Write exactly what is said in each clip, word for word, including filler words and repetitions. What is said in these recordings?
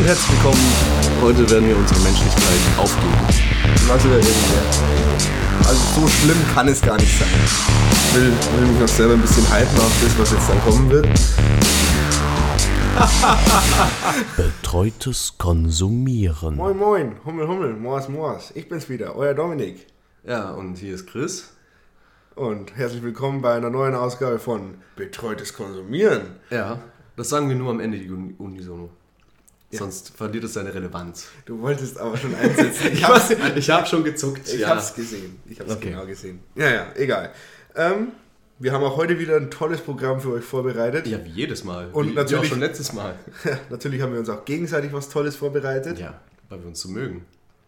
und herzlich willkommen. Heute werden wir unsere Menschlichkeit aufgeben. Was oder irgendwer. Also so schlimm kann es gar nicht sein. Ich will, will mich noch selber ein bisschen hypen auf das, was jetzt dann kommen wird. Betreutes Konsumieren. Moin moin, Hummel Hummel, Moas Moas. Ich bin's wieder, euer Dominik. Ja, und hier ist Chris. Und herzlich willkommen bei einer neuen Ausgabe von Betreutes Konsumieren. Ja, das sagen wir nur am Ende unisono. Ja. Sonst verliert es seine Relevanz. Du wolltest aber schon einsetzen. Ich, hab's, ich hab schon gezuckt. Ich ja. hab's gesehen. Ich hab's okay. genau gesehen. Ja, ja, egal. Ähm, wir haben auch heute wieder ein tolles Programm für euch vorbereitet. Ja, wie jedes Mal. Und wie, natürlich wie auch schon letztes Mal. Natürlich haben wir uns auch gegenseitig was Tolles vorbereitet. Ja, weil wir uns so mögen.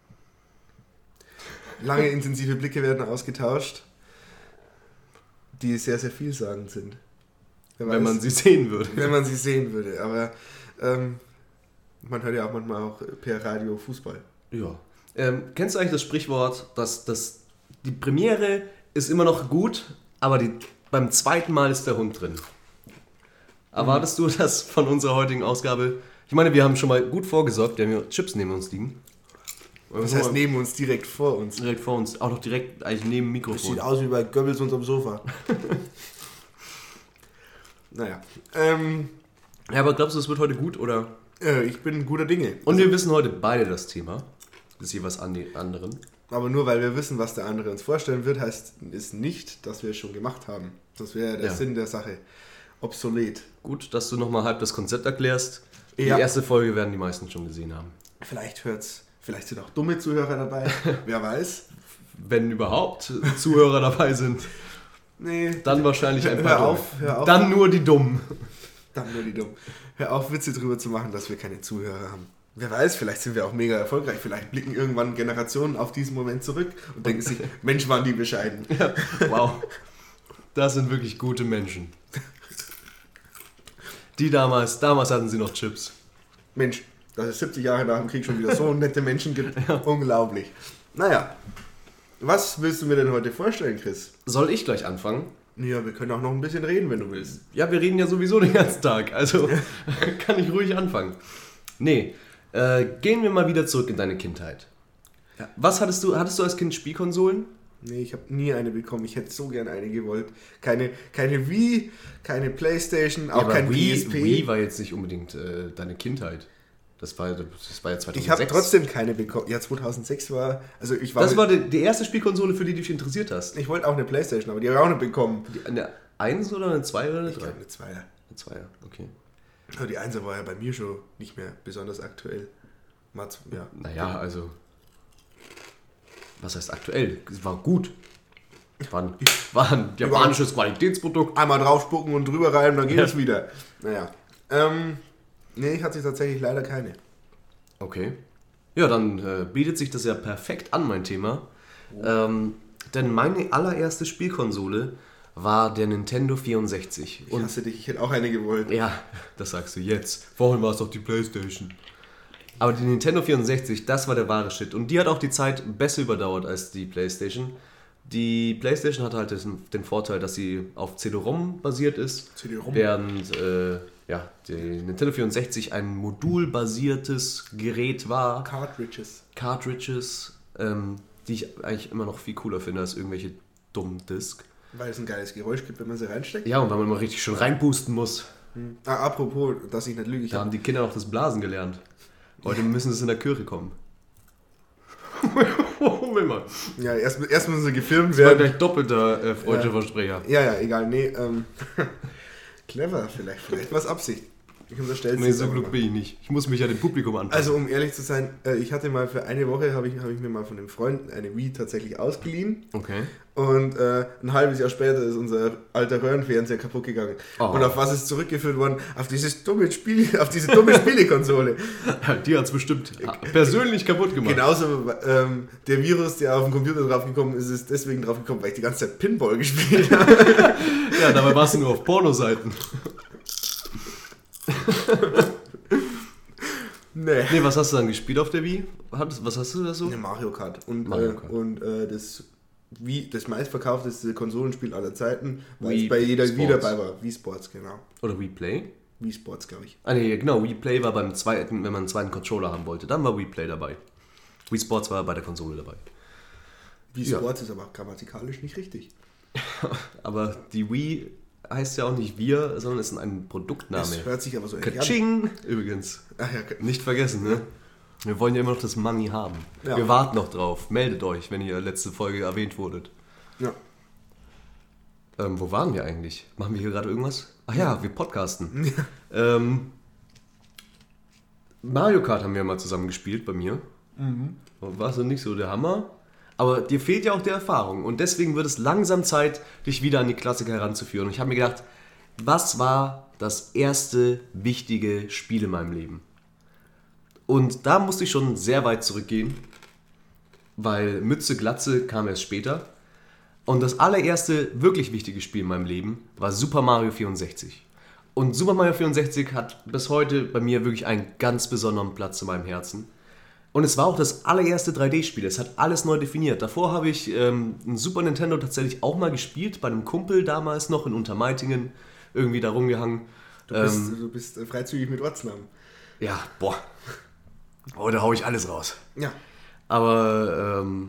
Lange intensive Blicke werden ausgetauscht, die sehr, sehr vielsagend sind. Wer Wenn weiß, man sie sehen würde. Wenn man sie sehen würde. Aber ähm, man hört ja auch manchmal auch per Radio Fußball. Ja. Ähm, kennst du eigentlich das Sprichwort, dass das, die Premiere ist immer noch gut, aber die, beim zweiten Mal ist der Hund drin? Erwartest mhm. du das von unserer heutigen Ausgabe? Ich meine, wir haben schon mal gut vorgesorgt, wir haben hier Chips neben uns liegen. Das heißt neben uns, direkt vor uns. Direkt vor uns, auch noch direkt eigentlich neben dem Mikrofon. Das sieht aus wie bei Goebbels unterm Sofa. Naja. Ähm, ja, aber glaubst du, es wird heute gut, oder? Äh, ich bin guter Dinge. Und wir wissen heute beide das Thema. Das ist jeweils an die anderen. Aber nur weil wir wissen, was der andere uns vorstellen wird, heißt es nicht, dass wir es schon gemacht haben. Das wäre der ja. Sinn der Sache. Obsolet. Gut, dass du nochmal halb das Konzept erklärst. Die ja. erste Folge werden die meisten schon gesehen haben. Vielleicht hört's. Vielleicht sind auch dumme Zuhörer dabei. Wer weiß. Wenn überhaupt Zuhörer dabei sind. Nee. Dann wahrscheinlich ein paar. Hör auf, hör auf. Dann nur die Dummen. Dann nur die Dummen. Hör auf, Witze drüber zu machen, dass wir keine Zuhörer haben. Wer weiß, vielleicht sind wir auch mega erfolgreich. Vielleicht blicken irgendwann Generationen auf diesen Moment zurück und denken sich, Mensch, waren die bescheiden. Ja. Wow. Das sind wirklich gute Menschen. Die damals, damals hatten sie noch Chips. Mensch, dass es siebzig Jahre nach dem Krieg schon wieder so nette Menschen gibt. Ja. Unglaublich. Naja, was willst du mir denn heute vorstellen, Chris? Soll ich gleich anfangen? Ja, wir können auch noch ein bisschen reden, wenn du willst. Ja, wir reden ja sowieso den ganzen Tag, also kann ich ruhig anfangen. Nee, äh, gehen wir mal wieder zurück in deine Kindheit. Ja. Was hattest du, hattest du als Kind Spielkonsolen? Nee, ich habe nie eine bekommen. Ich hätte so gern eine gewollt. Keine, keine Wii, keine Playstation, auch ja, kein Wii, P S P. Wii war jetzt nicht unbedingt äh, deine Kindheit. Das war, das war ja zweitausendsechs. Ich habe trotzdem keine bekommen. Ja, zweitausendsechs war... Also ich war das war die, die erste Spielkonsole, für die du dich interessiert hast. Ich wollte auch eine Playstation, aber die habe ich auch nicht bekommen. Die, eine eins oder eine zwei oder eine ich drei? Eine Zweier. Eine Zweier, okay. Aber die Einser war ja bei mir schon nicht mehr besonders aktuell. Mats, ja. Naja, also... Was heißt aktuell? Es war gut. War ein, war ein japanisches Qualitätsprodukt. Einmal draufspucken und drüber reiben, dann geht es ja. wieder. Naja. Ähm... Nee, ich hatte tatsächlich leider keine. Okay. Ja, dann äh, bietet sich das ja perfekt an, mein Thema. Oh. Ähm, denn meine allererste Spielkonsole war der Nintendo vierundsechzig. Ich hasse dich, ich hätte auch eine gewollt. Ja, das sagst du jetzt. Vorhin war es doch die Playstation. Aber die Nintendo vierundsechzig, das war der wahre Shit. Und die hat auch die Zeit besser überdauert als die Playstation. Die Playstation hatte halt den Vorteil, dass sie auf C D-ROM basiert ist. C D-ROM? Während... Äh, ja, die Nintendo vierundsechzig ein modulbasiertes Gerät war. Cartridges. Cartridges, ähm, die ich eigentlich immer noch viel cooler finde als irgendwelche dummen Disc. Weil es ein geiles Geräusch gibt, wenn man sie reinsteckt. Ja, und weil man mal richtig schön reinpusten muss. Hm. Ah, apropos, dass ich nicht lüge. Ich da hab haben die Kinder noch das Blasen gelernt. Heute müssen sie in der Kirche kommen. Will mal. Ja, erst, erst müssen sie gefilmt das werden. Das war gleich doppelter äh, freudscher ja. Versprecher. Ja, ja, egal, nee, ähm... Clever, vielleicht, vielleicht was Absicht. Ich unterstelle es. Nee, so klug bin ich nicht. Ich muss mich ja dem Publikum anpassen. Also um ehrlich zu sein, ich hatte mal für eine Woche, habe ich, hab ich mir mal von einem Freund eine Wii tatsächlich ausgeliehen. Okay. Und äh, ein halbes Jahr später ist unser alter Röhrenfernseher kaputt gegangen. Oh. Und auf was ist zurückgeführt worden? Auf dieses dumme Spiel, auf diese dumme Spielekonsole. Die hat es bestimmt persönlich kaputt gemacht. Genauso ähm, der Virus, der auf dem Computer draufgekommen ist, ist deswegen draufgekommen, weil ich die ganze Zeit Pinball gespielt habe. Ja, dabei warst du nur auf Pornoseiten. nee. Nee, was hast du dann gespielt auf der Wii? Was hast du da so? Ja, Mario Kart. Und, Mario Kart. Äh, und äh, das, Wii, das meistverkaufteste Konsolenspiel aller Zeiten, weil Wii es bei jeder Sports. Wii dabei war. Wii Sports, genau. Oder Wii Play? Wii Sports, glaube ich. Ah nee, genau, Wii Play war beim zweiten, wenn man einen zweiten Controller haben wollte. Dann war Wii Play dabei. Wii Sports war bei der Konsole dabei. Wii Sports ja. ist aber grammatikalisch nicht richtig. Aber die Wii heißt ja auch nicht wir, sondern ist ein Produktname. Das hört sich aber so ähnlich Kaching! Übrigens. Ach ja, nicht vergessen, ne? Wir wollen ja immer noch das Money haben. Ja. Wir warten noch drauf. Meldet euch, wenn ihr letzte Folge erwähnt wurdet. Ja. Ähm, wo waren wir eigentlich? Machen wir hier gerade irgendwas? Ach ja, wir podcasten. Ja. Ähm, Mario Kart haben wir mal zusammen gespielt bei mir. Mhm. War so nicht so der Hammer. Aber dir fehlt ja auch die Erfahrung. Und deswegen wird es langsam Zeit, dich wieder an die Klassiker heranzuführen. Und ich habe mir gedacht, was war das erste wichtige Spiel in meinem Leben? Und da musste ich schon sehr weit zurückgehen, weil Mütze Glatze kam erst später. Und das allererste wirklich wichtige Spiel in meinem Leben war Super Mario vierundsechzig. Und Super Mario vierundsechzig hat bis heute bei mir wirklich einen ganz besonderen Platz in meinem Herzen. Und es war auch das allererste drei D-Spiel. Es hat alles neu definiert. Davor habe ich ähm, ein Super Nintendo tatsächlich auch mal gespielt, bei einem Kumpel damals noch in Untermeitingen, irgendwie da rumgehangen. Du bist, ähm, du bist freizügig mit Ortsnamen. Ja, boah. Oh, da hau ich alles raus. Ja. Aber ähm,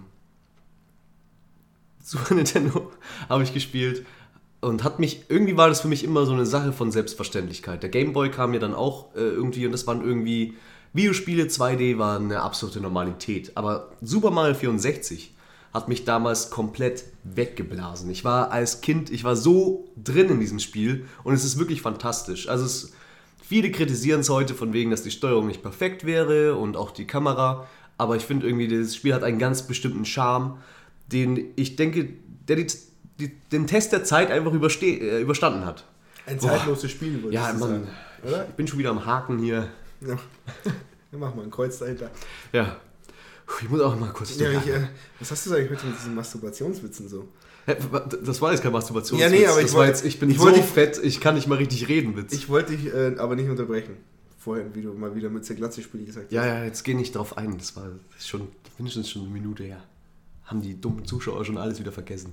Super Nintendo habe ich gespielt und hat mich, irgendwie war das für mich immer so eine Sache von Selbstverständlichkeit. Der Game Boy kam mir dann auch äh, irgendwie und das waren irgendwie, Videospiele zwei D waren eine absolute Normalität. Aber Super Mario vierundsechzig hat mich damals komplett weggeblasen. Ich war als Kind, ich war so drin in diesem Spiel und es ist wirklich fantastisch. Also es, viele kritisieren es heute von wegen, dass die Steuerung nicht perfekt wäre und auch die Kamera. Aber ich finde irgendwie, dieses Spiel hat einen ganz bestimmten Charme, den ich denke, der die, die, den Test der Zeit einfach überste- äh, überstanden hat. Ein zeitloses Spiel, würde ja, ich Mann, sagen. Oder? Ich bin schon wieder am Haken hier. Ja. Dann machen wir ein Kreuz dahinter. Ja. Ich muss auch mal kurz... Ja, ich, äh, was hast du eigentlich heute mit diesen Masturbationswitzen so? Das war jetzt kein Masturbationswitz. Ja, nee, aber ich, das wollt, war jetzt, ich bin ich so wollte, fett, ich kann nicht mal richtig reden, Witz. Ich wollte dich äh, aber nicht unterbrechen. Vorhin, wie du mal wieder mit der Glatze-Spiel gesagt hast. Ja, ja, jetzt geh nicht drauf ein. Das war schon mindestens schon eine Minute her. Haben die dummen Zuschauer schon alles wieder vergessen.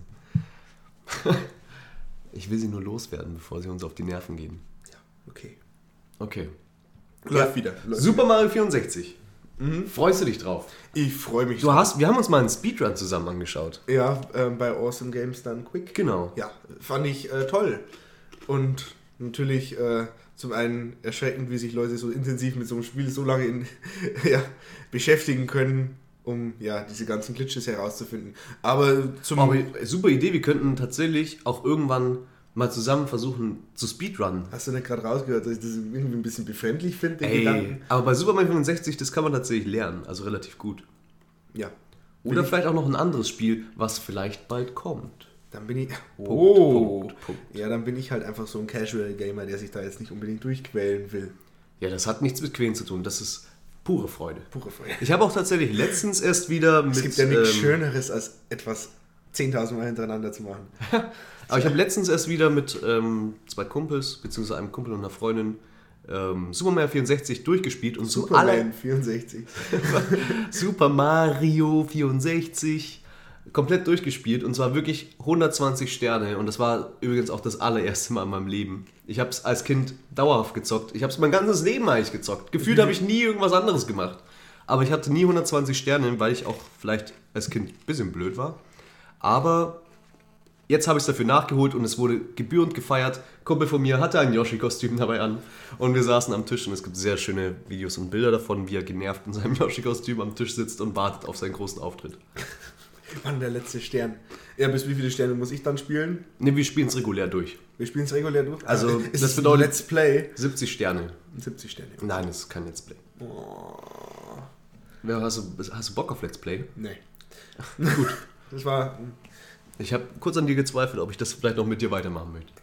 Ich will sie nur loswerden, bevor sie uns auf die Nerven gehen. Ja, okay. Okay. Läuft ja. wieder. Läuft Super wieder. Mario vierundsechzig. Mhm. Freust du dich drauf? Ich freue mich. Du drauf. hast, wir haben uns mal einen Speedrun zusammen angeschaut. Ja, äh, bei Awesome Games Done Quick. Genau. Ja, fand ich äh, toll. Und natürlich äh, zum einen erschreckend, wie sich Leute so intensiv mit so einem Spiel so lange in, ja, beschäftigen können, um ja diese ganzen Glitches herauszufinden. Aber zum... Aber super Idee, wir könnten tatsächlich auch irgendwann mal zusammen versuchen zu speedrunnen. Hast du nicht gerade rausgehört, dass ich das irgendwie ein bisschen befremdlich finde, den Ey, Gedanken? aber bei Super Mario fünfundsechzig, das kann man tatsächlich lernen, also relativ gut. Ja. Oder vielleicht auch noch ein anderes Spiel, was vielleicht bald kommt. Dann bin ich... Punkt, oh! Punkt, Punkt. Ja, dann bin ich halt einfach so ein Casual-Gamer, der sich da jetzt nicht unbedingt durchquälen will. Ja, das hat nichts mit Quälen zu tun, das ist pure Freude. Pure Freude. Ich habe auch tatsächlich letztens erst wieder mit... Es gibt ja nichts ähm, Schöneres, als etwas zehntausend Mal hintereinander zu machen. Aber ich habe letztens erst wieder mit ähm, zwei Kumpels, beziehungsweise einem Kumpel und einer Freundin, ähm, Super Mario vierundsechzig durchgespielt. Und Superman vierundsechzig. Super Mario vierundsechzig komplett durchgespielt. Und zwar wirklich hundertzwanzig Sterne. Und das war übrigens auch das allererste Mal in meinem Leben. Ich habe es als Kind dauerhaft gezockt. Ich habe es mein ganzes Leben eigentlich gezockt. Gefühlt habe ich nie irgendwas anderes gemacht. Aber ich hatte nie hundertzwanzig Sterne, weil ich auch vielleicht als Kind ein bisschen blöd war. Aber... Jetzt habe ich es dafür nachgeholt und es wurde gebührend gefeiert. Kumpel von mir hatte ein Yoshi-Kostüm dabei an und wir saßen am Tisch und es gibt sehr schöne Videos und Bilder davon, wie er genervt in seinem Yoshi-Kostüm am Tisch sitzt und wartet auf seinen großen Auftritt. Mann, der letzte Stern. Ja, bis wie viele Sterne muss ich dann spielen? Ne, wir spielen es regulär durch. Wir spielen es regulär durch? Also, ist das es bedeutet Let's Play? siebzig Sterne. siebzig Sterne. Nein, das ist kein Let's Play. Oh. Ja, hast, du, hast du Bock auf Let's Play? Nee. Gut. Das war... Ich habe kurz an dir gezweifelt, ob ich das vielleicht noch mit dir weitermachen möchte.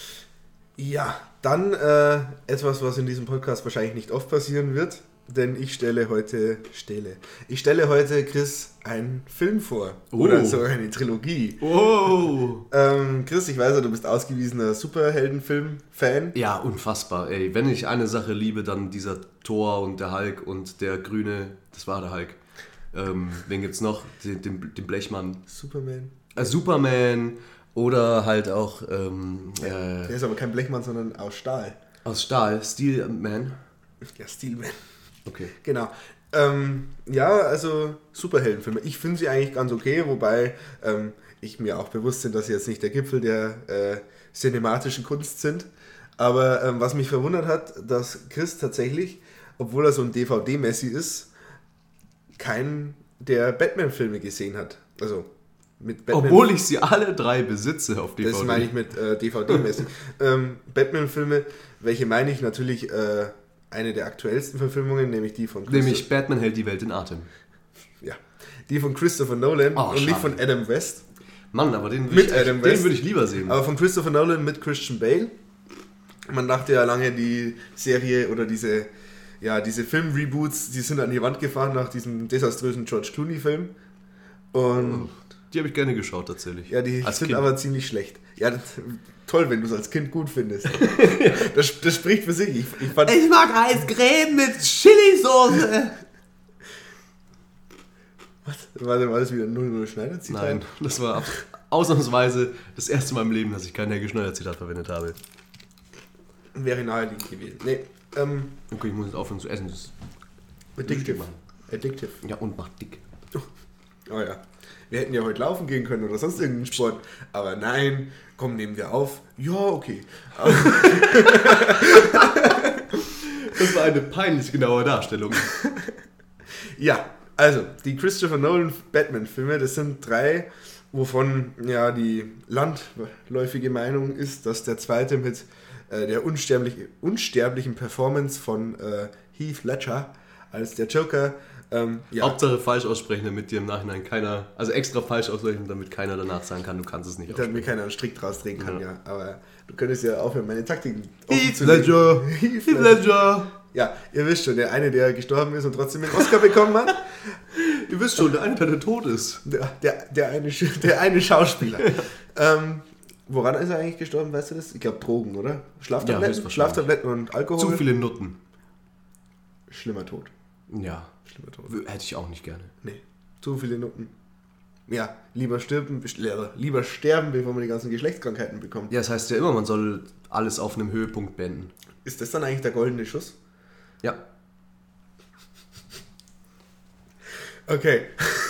Ja, dann äh, etwas, was in diesem Podcast wahrscheinlich nicht oft passieren wird, denn ich stelle heute, stelle, ich stelle heute Chris einen Film vor. Oh. Oder sogar eine Trilogie. Oh! Ähm, Chris, ich weiß ja, du bist ausgewiesener Superheldenfilm-Fan. Ja, unfassbar. Ey, wenn ich eine Sache liebe, dann dieser Thor und der Hulk und der Grüne, das war der Hulk. Ähm, wen gibt's noch? Den, den, den Blechmann. Superman. Äh, Superman oder halt auch... Ähm, äh, Der ist aber kein Blechmann, sondern aus Stahl. Aus Stahl, Steel Man. Ja, Steelman. Okay. Genau. Ähm, ja, also Superheldenfilme. Ich finde sie eigentlich ganz okay, wobei ähm, ich mir auch bewusst bin, dass sie jetzt nicht der Gipfel der äh, cinematischen Kunst sind. Aber ähm, was mich verwundert hat, dass Chris tatsächlich, obwohl er so ein D V D-Messi ist, keinen der Batman-Filme gesehen hat. Also mit Batman. Obwohl ich sie alle drei besitze auf D V D. Das meine ich mit äh, D V D-Messi. ähm, Batman-Filme, welche meine ich natürlich äh, eine der aktuellsten Verfilmungen, nämlich die von Christopher Nämlich Batman hält die Welt in Atem. Ja, die von Christopher Nolan oh, und schade. Nicht von Adam West. Mann, aber den, mit ich, Adam den West. würde ich lieber sehen. Aber von Christopher Nolan mit Christian Bale. Man dachte ja lange, die Serie oder diese, ja, diese Film-Reboots, die sind an die Wand gefahren nach diesem desaströsen George Clooney-Film. Und oh, die habe ich gerne geschaut, tatsächlich. Ja, die als sind Kind. aber ziemlich schlecht. Ja, das, toll, wenn du es als Kind gut findest. das, das spricht für sich. Ich, ich, fand, ich mag Eiscreme mit Chili-Soße. Was? War, war das wieder ein null null Schneider-Zitat? Nein, das war ausnahmsweise das erste Mal im Leben, dass ich kein Helge Schneider-Zitat verwendet habe. Wäre naheliegend gewesen. Nee, ähm... Okay, ich muss jetzt aufhören zu essen. Das ist Addictive. Addictive. Ja, und macht dick. Oh ja. Wir hätten ja heute laufen gehen können oder sonst irgendeinen Sport. Aber nein, komm, nehmen wir auf. Ja, okay. Das war eine peinlich genaue Darstellung. Ja, also, die Christopher Nolan Batman-Filme, das sind drei, wovon ja die landläufige Meinung ist, dass der zweite mit äh, der unsterblich, unsterblichen Performance von äh, Heath Ledger als der Joker. Ähm, ja. Hauptsache falsch aussprechen, damit dir im Nachhinein keiner, also extra falsch aussprechen, damit keiner danach sagen kann, du kannst es nicht aussprechen. Damit mir keiner einen Strick draus drehen kann, ja. ja. Aber du könntest ja aufhören, meine Taktiken Heath Ledger! Heath Ledger! Ja, ihr wisst schon, der eine, der gestorben ist und trotzdem den Oscar bekommen hat. Ihr wisst schon, der eine, der tot ist. Der, der, der, eine, der eine Schauspieler. ähm, woran ist er eigentlich gestorben, weißt du das? Ich glaube Drogen, oder? Schlaftabletten, ja, Schlaftabletten und Alkohol. Zu viele Nutten. Schlimmer Tod. Ja. Schlimmer Tod. Hätte ich auch nicht gerne. Nee, zu viele Nutten. Ja, lieber sterben, lieber sterben, bevor man die ganzen Geschlechtskrankheiten bekommt. Ja, das heißt ja immer, man soll alles auf einem Höhepunkt beenden. Ist das dann eigentlich der goldene Schuss? Ja. Okay.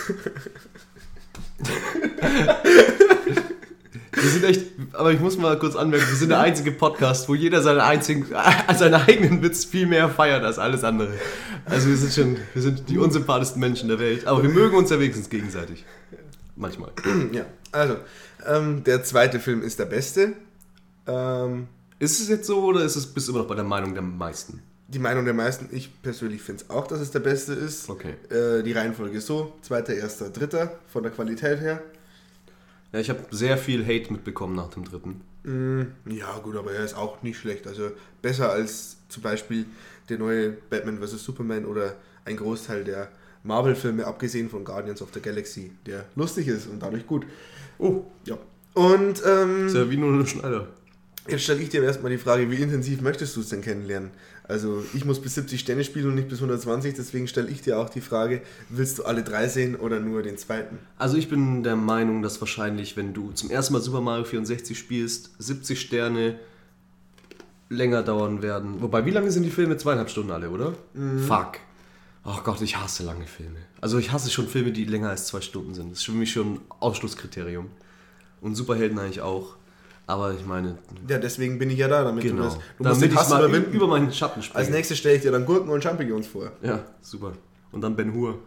Wir sind echt, aber ich muss mal kurz anmerken, wir sind der einzige Podcast, wo jeder seinen einzigen, seinen eigenen Witz viel mehr feiert als alles andere. Also wir sind schon, wir sind die unsympathischsten Menschen der Welt, aber wir mögen uns ja wenigstens gegenseitig. Manchmal. Ja, also, ähm, der zweite Film ist der beste. Ähm, ist es jetzt so oder ist es, bist du immer noch bei der Meinung der meisten? Die Meinung der meisten, ich persönlich finde es auch, dass es der beste ist. Okay. Äh, die Reihenfolge ist so, zweiter, erster, dritter, von der Qualität her. Ja, ich habe sehr viel Hate mitbekommen nach dem dritten. Mm, ja gut, aber er ist auch nicht schlecht. Also besser als zum Beispiel der neue Batman versus. Superman oder ein Großteil der Marvel-Filme, abgesehen von Guardians of the Galaxy, der lustig ist und dadurch gut. Oh, ja. Und, ähm... Ist ja wie nur ein Schneider. Jetzt stelle ich dir erstmal die Frage, wie intensiv möchtest du es denn kennenlernen? Also ich muss bis siebzig Sterne spielen und nicht bis hundertzwanzig, deswegen stelle ich dir auch die Frage, willst du alle drei sehen oder nur den zweiten? Also ich bin der Meinung, dass wahrscheinlich, wenn du zum ersten Mal Super Mario vierundsechzig spielst, siebzig Sterne länger dauern werden. Wobei, wie lange sind die Filme? Zweieinhalb Stunden alle, oder? Mhm. Fuck. Oh Gott, ich hasse lange Filme. Also ich hasse schon Filme, die länger als zwei Stunden sind. Das ist für mich schon ein Ausschlusskriterium. Und Superhelden eigentlich auch. Aber ich meine... Ja, deswegen bin ich ja da, damit genau. du das... Du damit musst den Hass überwinden. Über meinen Schatten springen. Als nächstes stelle ich dir dann Gurken und Champignons vor. Ja, super. Und dann Ben Hur.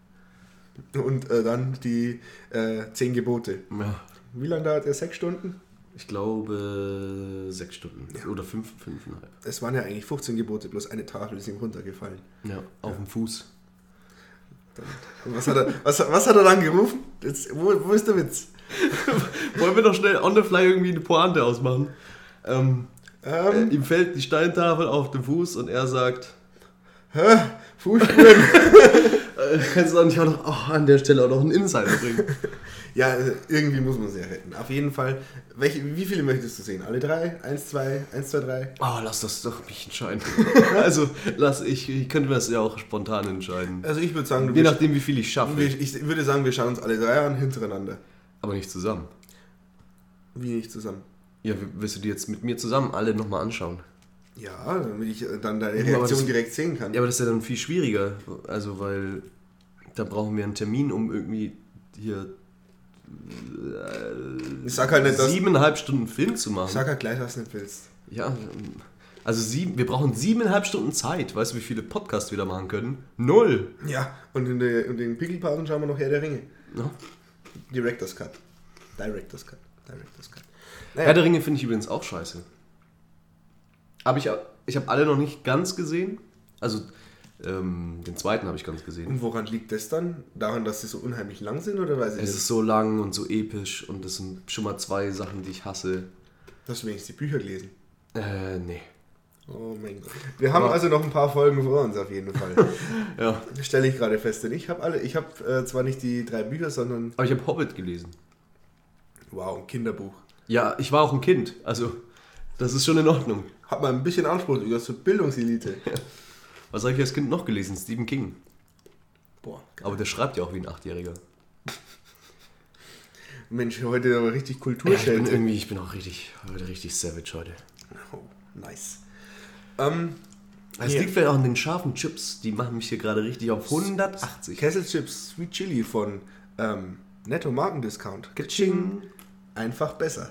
Und äh, dann die äh, zehn Gebote. Ja. Wie lange dauert der? Sechs Stunden? Ich glaube sechs Stunden. Ja. Oder fünf, fünfeinhalb. Es waren ja eigentlich fünfzehn Gebote, bloß eine Tafel ist ihm runtergefallen. Ja, auf ja. dem Fuß. Dann, was, hat er, was, was hat er dann gerufen? Jetzt, wo, wo ist der Witz? Wollen wir doch schnell on the fly irgendwie eine Pointe ausmachen? Ähm, ähm, äh, ihm fällt die Steintafel auf den Fuß und er sagt... Hä? Fußspuren? äh, kannst du doch nicht auch noch oh, an der Stelle auch noch einen Insider bringen? Ja, irgendwie muss man sie ja retten. Auf jeden Fall. Welche, wie viele möchtest du sehen? Alle drei? Eins, zwei, eins, zwei, drei? Oh, lass das doch mich entscheiden. Also, lass ich, ich könnte mir das ja auch spontan entscheiden. Also ich würde sagen... Du Je nachdem, wie viel ich schaffe. Ich, ich würde sagen, wir schauen uns alle drei an, hintereinander. Aber nicht zusammen. Wie nicht zusammen? Ja, willst du die jetzt mit mir zusammen alle nochmal anschauen? Ja, damit ich äh, dann deine Ja, Reaktion aber das- direkt sehen kann. Ja, aber das ist ja dann viel schwieriger. Also, weil da brauchen wir einen Termin, um irgendwie hier Ich sag halt nicht, dass, siebeneinhalb Stunden Film zu ich machen. sag halt gleich, was du nicht willst. Ja, ähm, also sieben, wir brauchen siebeneinhalb Stunden Zeit. Weißt du, wie viele Podcasts wir da machen können? Null. Ja, und in, der, in den Pickelpausen schauen wir noch Herr der Ringe. Ja. Director's Cut. Director's Cut. Director's Cut. Herr der Ringe finde ich übrigens auch scheiße. Aber ich, ich habe alle noch nicht ganz gesehen. Also ähm, den zweiten habe ich ganz gesehen. Und woran liegt das dann? Daran, dass sie so unheimlich lang sind oder weiß ich Es nicht? ist so lang und so episch und das sind schon mal zwei Sachen, die ich hasse. Hast du wenigstens die Bücher gelesen? Äh, nee. Oh mein Gott. Wir haben Aber- also noch ein paar Folgen vor uns auf jeden Fall. Ja. Das stelle ich gerade fest. Denn ich habe alle, ich habe äh, zwar nicht die drei Bücher, sondern Aber ich habe Hobbit gelesen. wow, ein Kinderbuch. Ja, ich war auch ein Kind. Also, das ist schon in Ordnung. Hat man ein bisschen Anspruch, du hast so Bildungselite. Was habe ich als Kind noch gelesen? Stephen King. Boah, Aber der schreibt ja auch wie ein Achtjähriger. Mensch, heute aber richtig Ja, ich bin Kulturschelte. irgendwie, ich bin auch richtig, heute richtig savage heute. Oh, nice. Ähm, Es hier. liegt vielleicht auch an den scharfen Chips. Die machen mich hier gerade richtig auf hundertachtzig. Kesselchips Sweet Chili von ähm, Netto Markendiscount. Kaching. Einfach besser.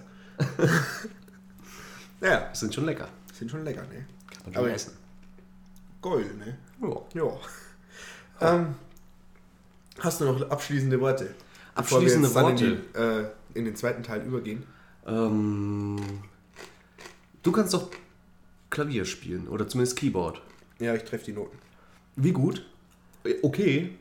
Ja, Sind schon lecker. sind schon lecker, ne? Kann man Aber- schon essen. Gold, ne? Ja. Ja. Ähm, hast du noch abschließende Worte? Abschließende Bevor wir jetzt Worte? dann in, die, äh, in den zweiten Teil übergehen. Ähm, du kannst doch Klavier spielen oder zumindest Keyboard. Ja, ich treffe die Noten. Wie gut? Äh, Okay.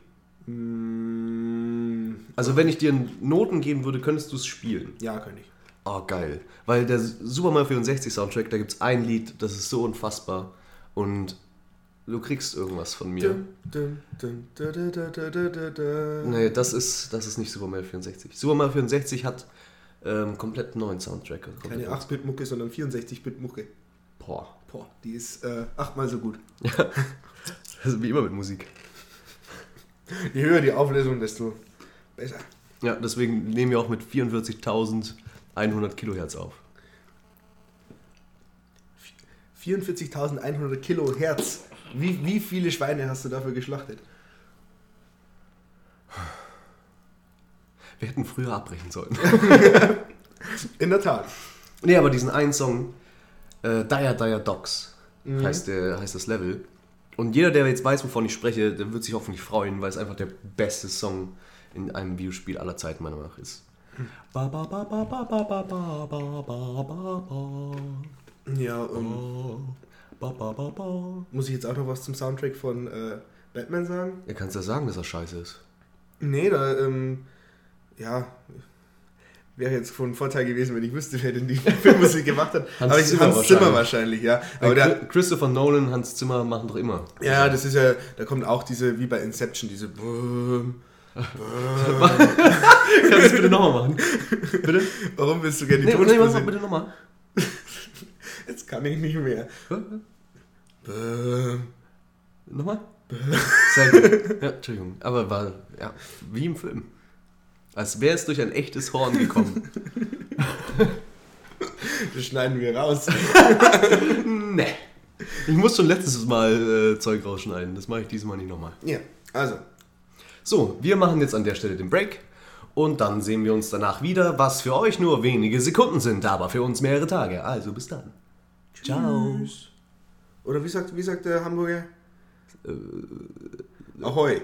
Mm, Also wenn ich dir Noten geben würde, könntest du es spielen. ja, kann ich. Oh, geil. Weil der Super Mario vierundsechzig Soundtrack, da gibt es ein Lied, das ist so unfassbar. Und du kriegst irgendwas von mir. Dun, dun, dun, dun, dun, dun, dun, dun, dun. Nee, das ist, das ist nicht Super Mario vierundsechzig. Super Mario vierundsechzig hat ähm, komplett neuen Soundtrack. Keine acht-Bit-Mucke, sondern vierundsechzig-Bit-Mucke. Boah. Boah, die ist äh, achtmal so gut. Also wie immer mit Musik. Je höher die Auflösung, desto besser. Ja, deswegen nehmen wir auch mit vierundvierzigtausendeinhundert Kilohertz auf. vierundvierzigtausendeinhundert Kilohertz. Wie, wie viele Schweine hast du dafür geschlachtet? Wir hätten früher abbrechen sollen. In der Tat. Nee, aber diesen einen Song, äh, Dire Dire Dogs, Mhm. heißt, der, heißt das Level. Und jeder, der jetzt weiß, wovon ich spreche, der wird sich hoffentlich freuen, weil es einfach der beste Song in einem Videospiel aller Zeiten meiner Meinung nach ist. Ba, ba, ba, ba, ba, ba, ba, ba, ba, ba, ba, ba. Ja, und Ba, ba, ba, ba. muss ich jetzt auch noch was zum Soundtrack von äh, Batman sagen? Ihr kannst ja sagen, dass er scheiße ist. Nee, da, ähm, ja, wäre jetzt von Vorteil gewesen, wenn ich wüsste, wer denn die Filmmusik gemacht hat. Hans Aber ich, Zimmer Hans Zimmer wahrscheinlich. wahrscheinlich, ja. Aber Aber der, Christopher Nolan, Hans Zimmer machen doch immer. ja, das ist ja, da kommt auch diese, wie bei Inception, diese Bum, Kannst du das bitte nochmal machen? Bitte? warum willst du gerne die Nee, nee, Tonspur mach mal sehen? bitte nochmal. Jetzt kann ich nicht mehr. Bum. Nochmal? Sehr gut. Ja, Entschuldigung. Aber war, ja, wie im Film. Als wäre es durch ein echtes Horn gekommen. Das schneiden wir raus. Nee. Ich muss schon letztes Mal äh, Zeug rausschneiden. Das mache ich dieses Mal nicht nochmal. Ja, also, So, wir machen jetzt an der Stelle den Break. Und dann sehen wir uns danach wieder, was für euch nur wenige Sekunden sind, aber für uns mehrere Tage. Also bis dann. Ciao. oder wie sagt, wie sagt der Hamburger? Äh, Ahoi.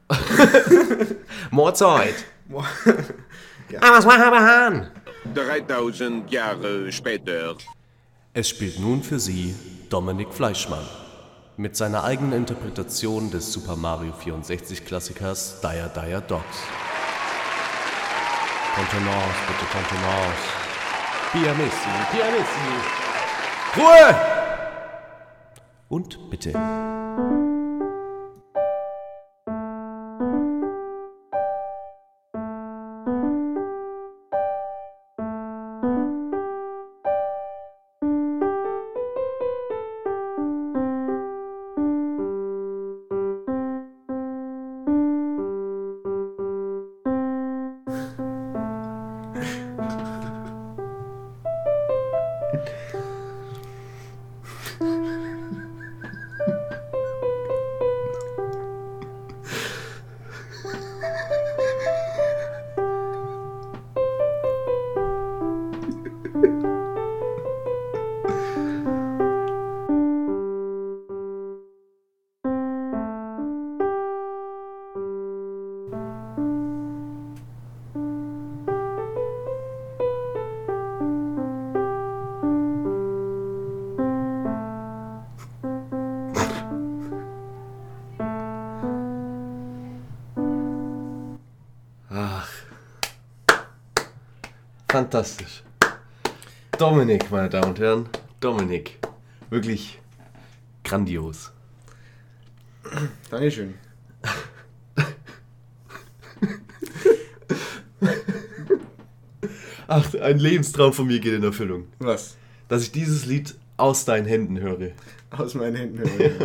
More Zeit. Ja. Aber was machen wir Hahn? dreitausend Jahre später. Es spielt nun für Sie Dominik Fleischmann mit seiner eigenen Interpretation des Super Mario vierundsechzig Klassikers Dire Dire Dogs. Contenance, bitte Contenance. Pianissimi, pianissimi. Ruhe! Und bitte. Fantastisch. Dominik, meine Damen und Herren. Dominik. Wirklich grandios. Dankeschön. Ach, ein Lebenstraum von mir geht in Erfüllung. Was? Dass ich dieses Lied aus deinen Händen höre. Aus meinen Händen höre.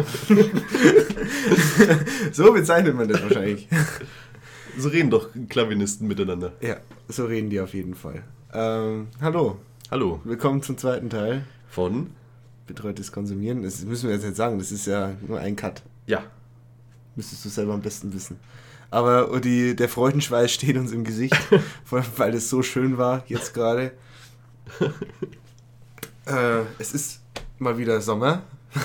So bezeichnet man das wahrscheinlich. So reden doch Klavinisten miteinander. Ja, so reden die auf jeden Fall. Ähm, hallo. Hallo. Willkommen zum zweiten Teil. Von? Betreutes Konsumieren. Das müssen wir jetzt nicht sagen, das ist ja nur ein Cut. Ja. Müsstest du selber am besten wissen. Aber die, der Freudenschweiß steht uns im Gesicht, vor allem, weil es so schön war, jetzt gerade. äh, es ist mal wieder Sommer.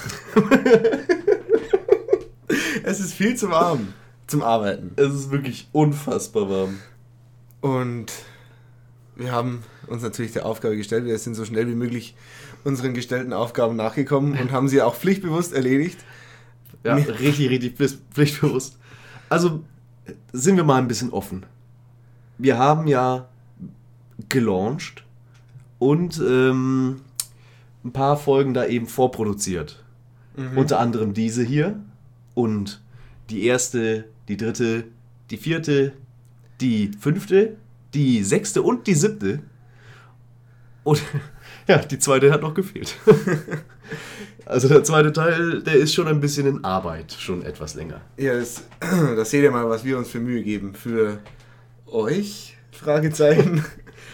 Es ist viel zu warm zum Arbeiten. Es ist wirklich unfassbar warm. Und wir haben uns natürlich der Aufgabe gestellt, wir sind so schnell wie möglich unseren gestellten Aufgaben nachgekommen und haben sie auch pflichtbewusst erledigt. Ja, richtig, richtig pflichtbewusst. Also sind wir mal ein bisschen offen. Wir haben ja gelauncht und ähm, ein paar Folgen da eben vorproduziert. Mhm. Unter anderem diese hier und die erste, die dritte, die vierte, die fünfte, die sechste und die siebte. Und ja, die zweite hat noch gefehlt. Also der zweite Teil, der ist schon ein bisschen in Arbeit, schon etwas länger. Ja, das, das seht ihr mal, was wir uns für Mühe geben. Für euch? Fragezeichen.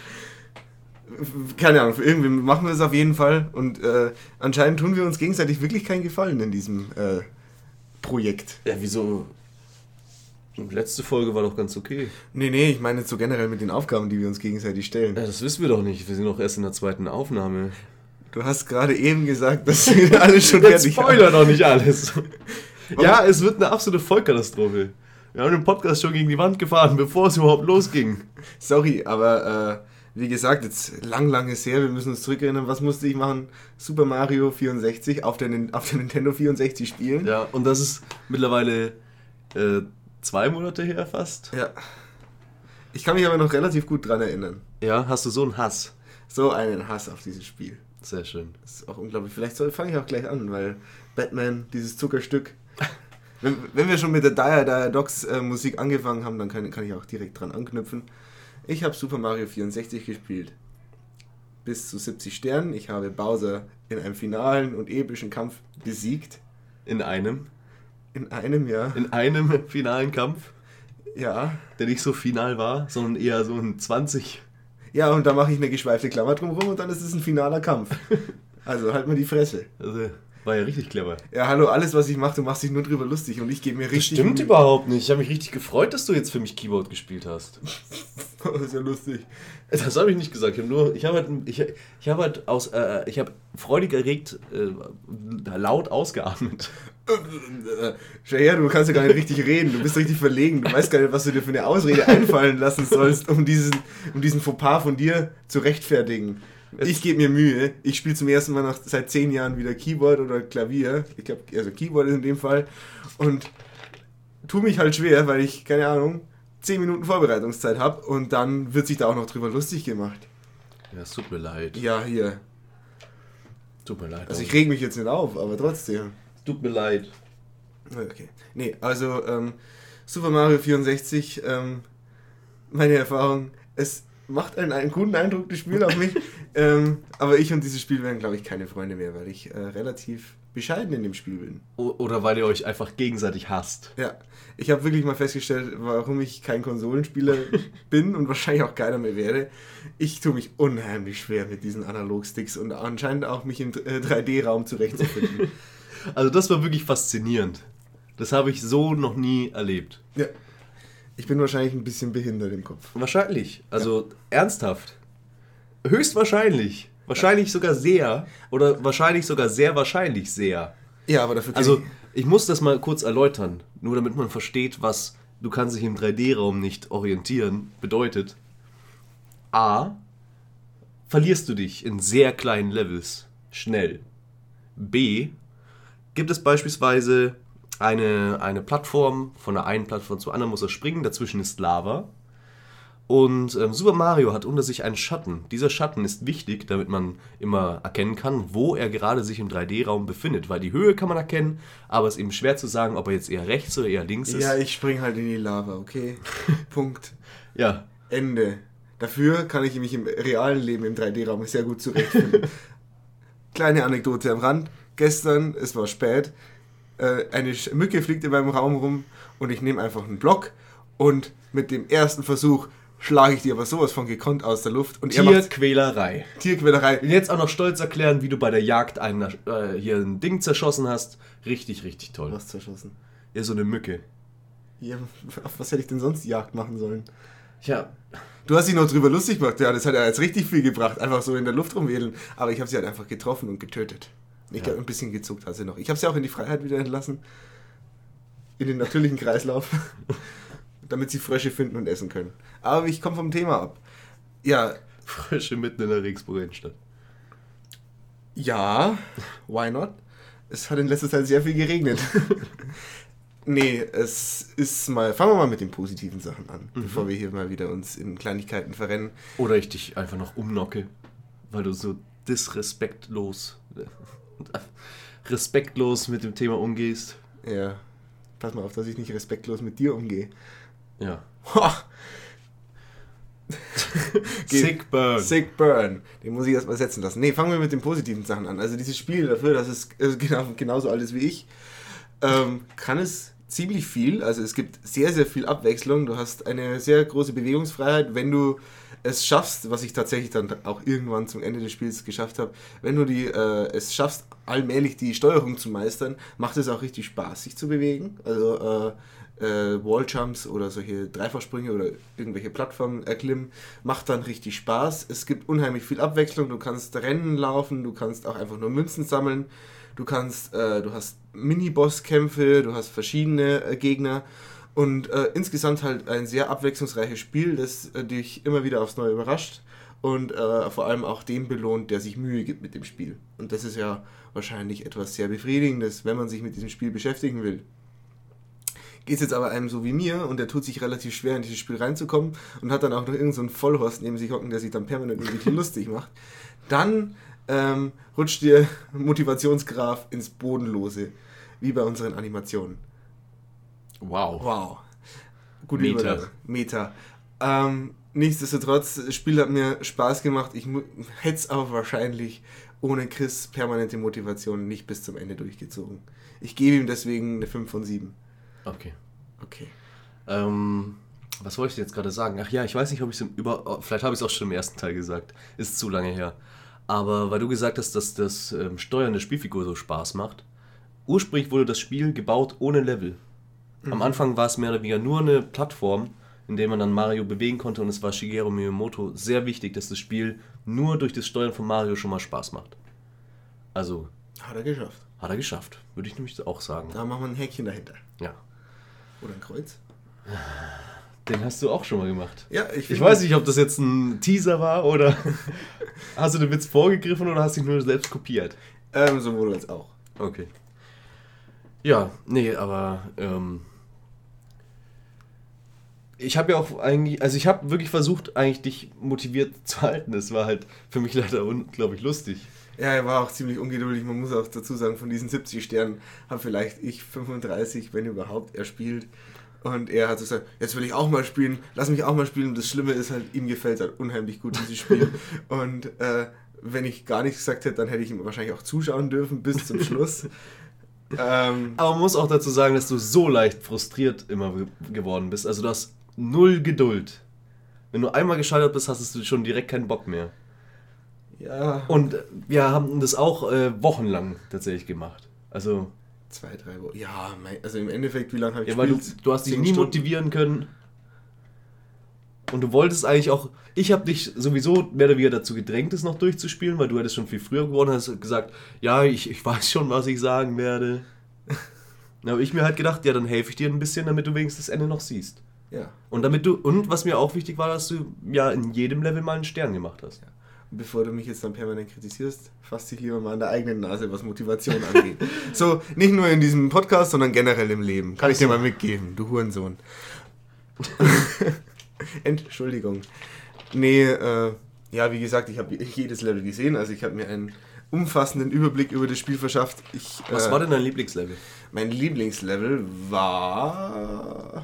Keine Ahnung, für irgendwie machen wir es auf jeden Fall. Und äh, anscheinend tun wir uns gegenseitig wirklich keinen Gefallen in diesem äh, Projekt. Ja, wieso? Die letzte Folge war doch ganz okay. Nee, nee, ich meine jetzt so generell mit den Aufgaben, die wir uns gegenseitig stellen. Ja, das wissen wir doch nicht. Wir sind doch erst in der zweiten Aufnahme. Du hast gerade eben gesagt, dass wir alles schon fertig haben. Spoiler doch nicht alles. Ja, es wird eine absolute Vollkatastrophe. Wir haben den Podcast schon gegen die Wand gefahren, bevor es überhaupt losging. Sorry, aber äh, wie gesagt, jetzt lang, lang ist her, wir müssen uns zurückerinnern, was musste ich machen? Super Mario vierundsechzig auf der, auf der Nintendo vierundsechzig spielen. Ja, und das ist mittlerweile äh, zwei Monate her fast. Ja. Ich kann mich aber noch relativ gut dran erinnern. Ja, hast du so einen Hass? So einen Hass auf dieses Spiel. Sehr schön. Das ist auch unglaublich. Vielleicht fange ich auch gleich an, weil Batman, dieses Zuckerstück. wenn, wenn wir schon mit der Dire Dire Dogs äh, Musik angefangen haben, dann kann, kann ich auch direkt dran anknüpfen. Ich habe Super Mario vierundsechzig gespielt. Bis zu siebzig Sternen. Ich habe Bowser in einem finalen und epischen Kampf besiegt. In einem? In einem, ja. In einem finalen Kampf? Ja. Der nicht so final war, sondern eher so ein zwanzig. Ja, und da mache ich eine geschweifte Klammer drumherum und dann ist es ein finaler Kampf. Also halt mal die Fresse. Also, war ja richtig clever. Ja, hallo, alles was ich mache, du machst dich nur drüber lustig und ich gebe mir richtig... Das stimmt überhaupt nicht. Ich habe mich richtig gefreut, dass du jetzt für mich Keyboard gespielt hast. Das ist ja lustig. Das habe ich nicht gesagt. Ich habe nur, ich habe halt, ich, ich habe halt aus, äh, ich habe freudig erregt äh, laut ausgeatmet. Schau her, du kannst ja gar nicht richtig reden, du bist richtig verlegen, du weißt gar nicht, was du dir für eine Ausrede einfallen lassen sollst, um diesen, um diesen Fauxpas von dir zu rechtfertigen. Ich gebe mir Mühe, ich spiele zum ersten Mal nach, seit zehn Jahren wieder Keyboard oder Klavier, ich glaube, also Keyboard ist in dem Fall, und tu mich halt schwer, weil ich, keine Ahnung, zehn Minuten Vorbereitungszeit habe und dann wird sich da auch noch drüber lustig gemacht. Ja, es tut mir leid. Ja, hier. Tut mir leid. Also ich reg mich jetzt nicht auf, aber trotzdem. Tut mir leid. Okay. Nee, also ähm, Super Mario vierundsechzig, ähm, meine Erfahrung, es macht einen, einen guten Eindruck, das Spiel auf mich, ähm, aber ich und dieses Spiel werden, glaube ich, keine Freunde mehr, weil ich äh, relativ bescheiden in dem Spiel bin. O- oder weil ihr euch einfach gegenseitig hasst. Ja, ich habe wirklich mal festgestellt, warum ich kein Konsolenspieler bin und wahrscheinlich auch keiner mehr werde. Ich tue mich unheimlich schwer mit diesen Analogsticks und anscheinend auch mich im drei D-Raum zurechtzufinden. Also das war wirklich faszinierend. Das habe ich so noch nie erlebt. Ja. Ich bin wahrscheinlich ein bisschen behindert im Kopf. Wahrscheinlich. Also ja. Ernsthaft. Höchstwahrscheinlich. Wahrscheinlich sogar sehr. Oder wahrscheinlich sogar sehr wahrscheinlich sehr. Ja, aber dafür... Also ich muss das mal kurz erläutern. Nur damit man versteht, was du kannst dich im drei D-Raum nicht orientieren bedeutet. A. Verlierst du dich in sehr kleinen Levels. Schnell. B. Gibt es beispielsweise eine, eine Plattform, von der einen Plattform zur anderen muss er springen, dazwischen ist Lava. Und ähm, Super Mario hat unter sich einen Schatten. Dieser Schatten ist wichtig, damit man immer erkennen kann, wo er gerade sich im drei D-Raum befindet. Weil die Höhe kann man erkennen, aber es ist eben schwer zu sagen, ob er jetzt eher rechts oder eher links ist. Ja, ich spring halt in die Lava, okay? Punkt. Ja. Ende. Dafür kann ich mich im realen Leben im drei D-Raum sehr gut zurechtfinden. Kleine Anekdote am Rand. Gestern, es war spät, äh, eine Mücke fliegt in meinem Raum rum und ich nehme einfach einen Block und mit dem ersten Versuch schlage ich die aber sowas von gekonnt aus der Luft. Und Tierquälerei. Tierquälerei. Und jetzt auch noch stolz erklären, wie du bei der Jagd einen, äh, hier ein Ding zerschossen hast. Richtig, richtig toll. Was zerschossen? Ja, so eine Mücke. Ja, auf was hätte ich denn sonst Jagd machen sollen? Ja. Du hast dich noch drüber lustig gemacht. Ja, das hat ja jetzt richtig viel gebracht. Einfach so in der Luft rumwedeln. Aber ich habe sie halt einfach getroffen und getötet. Ich glaube, Ja. ein bisschen gezuckt hat sie noch. Ich habe sie auch in die Freiheit wieder entlassen. In den natürlichen Kreislauf. Damit sie Frösche finden und essen können. Aber ich komme vom Thema ab. Ja. Frösche mitten in der Regensburger Innenstadt. Ja, why not? Es hat in letzter Zeit sehr viel geregnet. Nee, es ist mal... Fangen wir mal mit den positiven Sachen an, mhm. bevor wir hier mal wieder uns in Kleinigkeiten verrennen. Oder ich dich einfach noch umnocke, weil du so disrespektlos, respektlos mit dem Thema umgehst. Ja, pass mal auf, dass ich nicht respektlos mit dir umgehe. Ja. Ho! Sick Burn. Sick Burn. Den muss ich erstmal setzen lassen. Nee, fangen wir mit den positiven Sachen an. Also dieses Spiel dafür, dass es äh, genau, genauso alt ist wie ich, ähm, kann es ziemlich viel. Also es gibt sehr, sehr viel Abwechslung. Du hast eine sehr große Bewegungsfreiheit, wenn du es schaffst, was ich tatsächlich dann auch irgendwann zum Ende des Spiels geschafft habe, wenn du die, äh, es schaffst, allmählich die Steuerung zu meistern, macht es auch richtig Spaß, sich zu bewegen. Also äh, äh, Walljumps oder solche Dreifachsprünge oder irgendwelche Plattformen erklimmen, macht dann richtig Spaß. Es gibt unheimlich viel Abwechslung. Du kannst Rennen laufen, du kannst auch einfach nur Münzen sammeln. Du kannst, äh, du hast Mini-Boss-Kämpfe, du hast verschiedene äh, Gegner und äh, insgesamt halt ein sehr abwechslungsreiches Spiel, das äh, dich immer wieder aufs Neue überrascht und äh, vor allem auch den belohnt, der sich Mühe gibt mit dem Spiel. Und das ist ja wahrscheinlich etwas sehr Befriedigendes, wenn man sich mit diesem Spiel beschäftigen will. Geht es jetzt aber einem so wie mir und der tut sich relativ schwer in dieses Spiel reinzukommen und hat dann auch noch irgendeinen so einen Vollhorst neben sich hocken, der sich dann permanent irgendwie lustig macht, dann ähm, rutscht dir Motivationsgraph ins Bodenlose, wie bei unseren Animationen. Wow. Wow. Gut Meta. Meta. Ähm, nichtsdestotrotz, das Spiel hat mir Spaß gemacht. Ich hätte es aber wahrscheinlich ohne Chris permanente Motivation nicht bis zum Ende durchgezogen. Ich gebe ihm deswegen eine fünf von sieben. Okay. Okay. Ähm, was wollte ich jetzt gerade sagen? Ach ja, ich weiß nicht, ob ich es über... Vielleicht habe ich es auch schon im ersten Teil gesagt. Ist zu lange her. Aber weil du gesagt hast, dass das ähm, Steuern der Spielfigur so Spaß macht. Ursprünglich wurde das Spiel gebaut ohne Level. Mhm. Am Anfang war es mehr oder weniger nur eine Plattform, in der man dann Mario bewegen konnte. Und es war Shigeru Miyamoto sehr wichtig, dass das Spiel nur durch das Steuern von Mario schon mal Spaß macht. Also... Hat er geschafft. Hat er geschafft, würde ich nämlich auch sagen. Da machen wir ein Häkchen dahinter. Ja. Oder ein Kreuz. Den hast du auch schon mal gemacht. Ja, ich, ich weiß nicht, ob das jetzt ein Teaser war oder hast du den Witz vorgegriffen oder hast du ihn nur selbst kopiert? Ähm, sowohl als auch. Okay. Ja, nee, aber ähm, ich habe ja auch eigentlich, also ich habe wirklich versucht, eigentlich dich motiviert zu halten. Das war halt für mich leider unglaublich lustig. Ja, er war auch ziemlich ungeduldig. Man muss auch dazu sagen, von diesen siebzig Sternen habe vielleicht ich fünfunddreißig, wenn überhaupt, er spielt. Und er hat so gesagt, jetzt will ich auch mal spielen, lass mich auch mal spielen. Und das Schlimme ist halt, ihm gefällt halt unheimlich gut, dieses Spiel. Und äh, wenn ich gar nichts gesagt hätte, dann hätte ich ihm wahrscheinlich auch zuschauen dürfen bis zum Schluss. ähm, Aber man muss auch dazu sagen, dass du so leicht frustriert immer geworden bist. Also du hast null Geduld. Wenn du einmal gescheitert bist, hast du schon direkt keinen Bock mehr. Ja. Und wir haben das auch äh, wochenlang tatsächlich gemacht. Also... Zwei, drei Wochen. Ja, mein, also im Endeffekt, wie lange habe ich ja, gespielt? Weil du, du hast dich nie Stunden. motivieren können. Und du wolltest eigentlich auch... Ich habe dich sowieso mehr oder weniger dazu gedrängt, es noch durchzuspielen, weil du hättest schon viel früher gewonnen, hast gesagt, ja, ich, ich weiß schon, was ich sagen werde. Dann habe ich mir halt gedacht, ja, dann helfe ich dir ein bisschen, damit du wenigstens das Ende noch siehst. Ja. Und damit du und was mir auch wichtig war, dass du ja in jedem Level mal einen Stern gemacht hast. Ja. Bevor du mich jetzt dann permanent kritisierst, fass dich lieber mal an der eigenen Nase, was Motivation angeht. So, nicht nur in diesem Podcast, sondern generell im Leben. Kann ich dir mal mitgeben, du Hurensohn. Entschuldigung. Nee, äh, ja, wie gesagt, ich habe jedes Level gesehen, also ich habe mir einen umfassenden Überblick über das Spiel verschafft. Ich, Was äh, war denn dein Lieblingslevel? Mein Lieblingslevel war...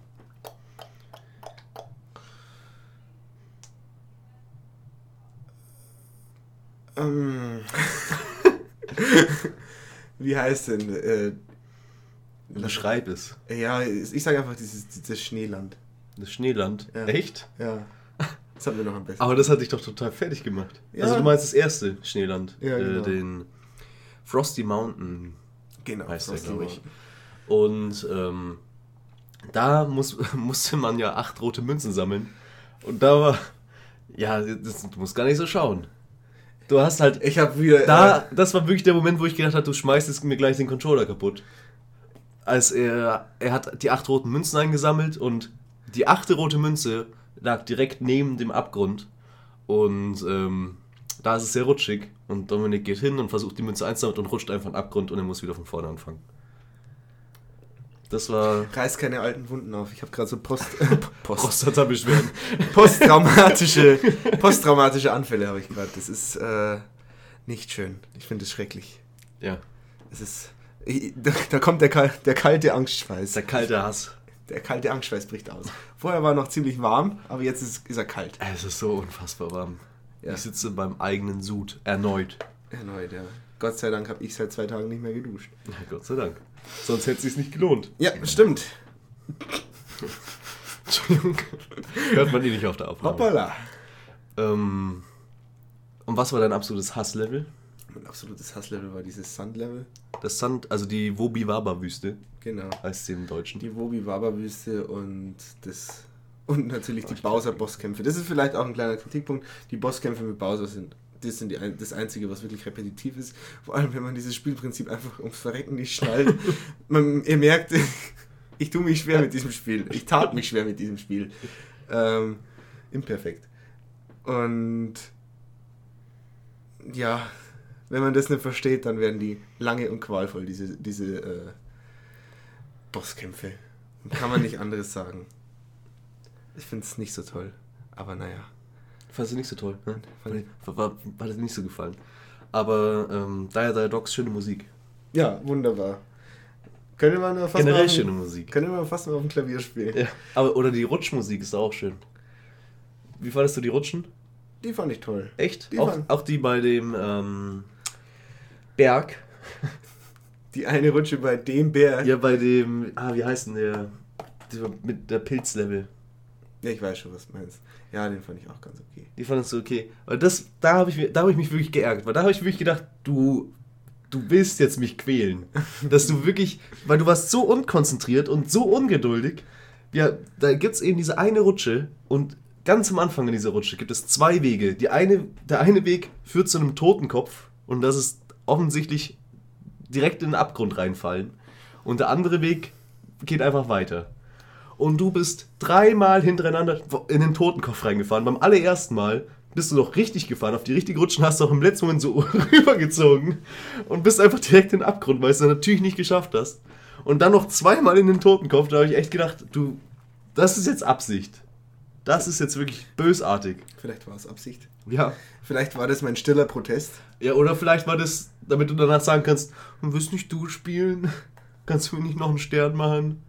Ähm... Wie heißt denn? Äh, Beschreib es. ja, ich sage einfach dieses, dieses Schneeland. Das Schneeland. Ja. Echt? Ja. Das haben wir noch am besten. Aber das hat dich doch total fertig gemacht. Ja. Also du meinst das erste Schneeland. Ja, genau. äh, den Frosty Mountain genau, heißt der, Frosty glaube ich. Mountain. Und ähm, da muss, musste man ja acht rote Münzen sammeln. Und da war, ja, das, du musst gar nicht so schauen. Du hast halt, Ich habe wieder... da, Äh, das war wirklich der Moment, wo ich gedacht habe, du schmeißt jetzt mir gleich den Controller kaputt. Als er, er hat die acht roten Münzen eingesammelt und die achte rote Münze lag direkt neben dem Abgrund. Und ähm, da ist es sehr rutschig. Und Dominik geht hin und versucht die Münze einzusammeln und rutscht einfach in den Abgrund und er muss wieder von vorne anfangen. Das war reiß keine alten Wunden auf. Ich habe gerade so Post, Post, Prostata-Beschwerden. posttraumatische, posttraumatische Anfälle habe ich gerade. Das ist äh, nicht schön. Ich finde es schrecklich. Ja, Es ist... Ich, da, da kommt der, kal- der kalte Angstschweiß. der kalte Hass. Der kalte Angstschweiß bricht aus. Vorher war er noch ziemlich warm, aber jetzt ist, ist er kalt. Es ist so unfassbar warm. Ja. Ich sitze beim eigenen Sud. Erneut. Erneut, ja. Gott sei Dank habe ich seit zwei Tagen nicht mehr geduscht. Ja, Gott sei Dank. Sonst hätte es sich nicht gelohnt. Ja, stimmt. Entschuldigung. Hört man eh nicht auf der Aufnahme. Hoppala. Ähm, und was war dein absolutes Hasslevel? Mein absolutes Hasslevel war dieses Sandlevel. Das Sand, also die Wobi-Waba-Wüste, Genau. heißt sie im Deutschen. Die Wobi-Waba-Wüste und das... Und natürlich die Bowser-Bosskämpfe. Das ist vielleicht auch ein kleiner Kritikpunkt. Die Bosskämpfe mit Bowser sind... Das sind die, das Einzige, was wirklich repetitiv ist. Vor allem, wenn man dieses Spielprinzip einfach ums Verrecken nicht schnallt. man, ihr merkt, ich tue mich schwer mit diesem Spiel. Ich tat mich schwer mit diesem Spiel. Ähm, imperfekt. Und ja, wenn man das nicht versteht, dann werden die lange und qualvoll, diese, diese äh, Bosskämpfe. Kann man nicht anderes sagen. Ich finde es nicht so toll. Aber naja. Fandest du nicht so toll, ne? Fand War, war, war dir nicht so gefallen. Aber ähm, Dire Dire Dogs, schöne Musik. Ja, wunderbar. Können wir noch fast Generell mal auf, schöne Musik. Können wir fast mal auf dem Klavier spielen. Ja. Aber, oder die Rutschmusik ist auch schön. Wie fandest du die Rutschen? Die fand ich toll. Echt? Die Auch, fand- auch die bei dem ähm, Berg? Die eine Rutsche bei dem Berg. Ja, bei dem, ah, wie heißt denn der? der mit der Pilzlevel. Ja, ich weiß schon, was du meinst. Ja, den fand ich auch ganz okay. Die fandest du okay. Weil das, da habe ich, mir- da hab ich mich wirklich geärgert. Weil da habe ich wirklich gedacht, du, du willst jetzt mich quälen. Dass du wirklich, weil du warst so unkonzentriert und so ungeduldig. Ja, da gibt es eben diese eine Rutsche und ganz am Anfang in dieser Rutsche gibt es zwei Wege. Die eine, der eine Weg führt zu einem Totenkopf und das ist offensichtlich direkt in den Abgrund reinfallen. Und der andere Weg geht einfach weiter. Und du bist dreimal hintereinander in den Totenkopf reingefahren. Beim allerersten Mal bist du noch richtig gefahren, auf die richtige Rutsche und hast auch im letzten Moment so rübergezogen und bist einfach direkt in den Abgrund, weil du es dann natürlich nicht geschafft hast. Und dann noch zweimal in den Totenkopf, da habe ich echt gedacht, du, das ist jetzt Absicht. Das ist jetzt wirklich bösartig. Vielleicht war es Absicht. Ja. Vielleicht war das mein stiller Protest. Ja, oder vielleicht war das, damit du danach sagen kannst, willst nicht du spielen? Kannst du mir nicht noch einen Stern machen?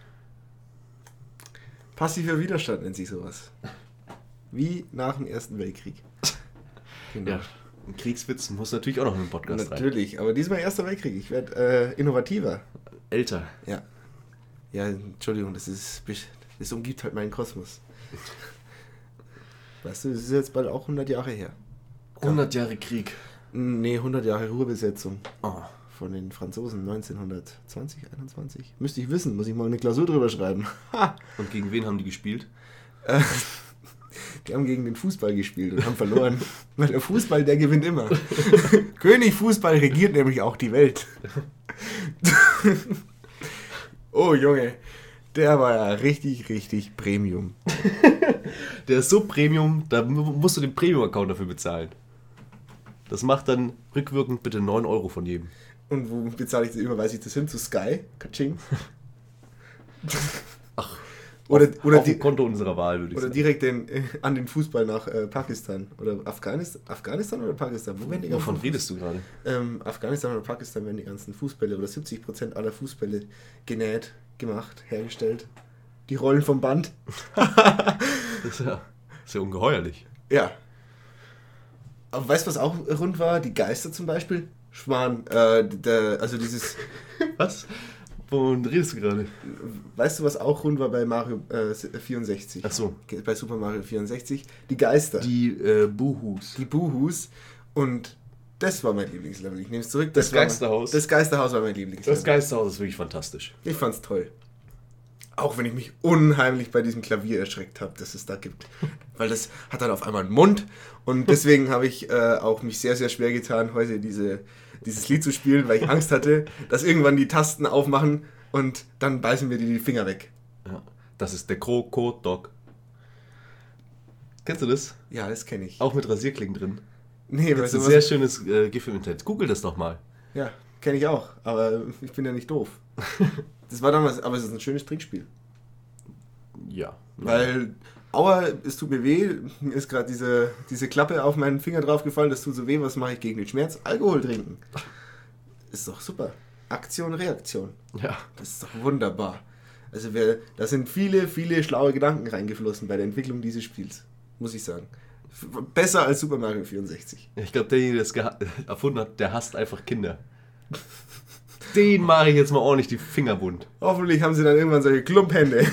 Passiver Widerstand nennt sich sowas. Wie nach dem Ersten Weltkrieg. Genau. Ja, ein Kriegswitz muss natürlich auch noch in den Podcast rein. Natürlich, aber diesmal Erster Weltkrieg. Ich werde äh, innovativer. Älter. Ja. Ja, Entschuldigung, das ist das umgibt halt meinen Kosmos. Weißt du, das ist jetzt bald auch hundert Jahre her. hundert Jahre Krieg. Nee, hundert Jahre Ruhrbesetzung Oh. von den Franzosen neunzehnhundertzwanzig, einundzwanzig. Müsste ich wissen, muss ich mal eine Klausur drüber schreiben. Ha! Und gegen wen haben die gespielt? Äh, Die haben gegen den Fußball gespielt und haben verloren. Weil der Fußball, der gewinnt immer. König Fußball regiert nämlich auch die Welt. Oh Junge, der war ja richtig, richtig Premium. Der ist so Premium, da mu- musst du den Premium-Account dafür bezahlen. Das macht dann rückwirkend bitte neun Euro von jedem. Und wo bezahle ich das? Überweise ich das hin zu Sky? Kaching? Ach, Oder, auf, oder auf die, dem Konto unserer Wahl, würde ich oder sagen. direkt den, äh, an den Fußball nach äh, Pakistan. Oder Afghanistan. Afghanistan oder Pakistan? Wo werden die ganzen Wovon redest du gerade? Ähm, Afghanistan oder Pakistan werden die ganzen Fußbälle oder siebzig Prozent aller Fußbälle genäht, gemacht, hergestellt. Die Rollen vom Band. Das ist ja, das ist ja ungeheuerlich. Ja. Aber weißt du, was auch rund war? Die Geister zum Beispiel. Schwan, äh, der, also dieses, Was? Wovon redest du gerade? weißt du, was auch rund war bei Mario äh, vierundsechzig? Ach so. Bei Super Mario vierundsechzig? Die Geister. Die äh, Buhus. Die Buhus. Und das war mein Lieblingslevel. Ich nehme es zurück. Das war mein- Geisterhaus. Das Geisterhaus war mein Lieblingslevel. Das Geisterhaus ist wirklich fantastisch. Ich fand's toll. Auch wenn ich mich unheimlich bei diesem Klavier erschreckt habe, das es da gibt. Weil das hat dann auf einmal einen Mund. Und deswegen habe ich äh, auch mich sehr, sehr schwer getan, heute diese, dieses Lied zu spielen, weil ich Angst hatte, dass irgendwann die Tasten aufmachen und dann beißen mir die, die Finger weg. Ja. Das ist der Krokodok. Kennst du das? Ja, das kenne ich. Auch mit Rasierklingen drin. Nee, Das weißt ist du ein sehr was? schönes äh, GIF im Internet. Google das doch mal. Ja, kenne ich auch. Aber ich bin ja nicht doof. Das war damals, aber es ist ein schönes Trickspiel. Ja. Weil, aua, es tut mir weh, mir ist gerade diese, diese Klappe auf meinen Finger draufgefallen, das tut so weh, was mache ich gegen den Schmerz? Alkohol trinken. Ist doch super. Aktion, Reaktion. Ja. Das ist doch wunderbar. Also wir, da sind viele, viele schlaue Gedanken reingeflossen bei der Entwicklung dieses Spiels, muss ich sagen. F- Besser als Super Mario vierundsechzig. Ich glaube, derjenige, der es geha- erfunden hat, der hasst einfach Kinder. Den mache ich jetzt mal ordentlich die Finger wund. Hoffentlich haben sie dann irgendwann solche Klumphände.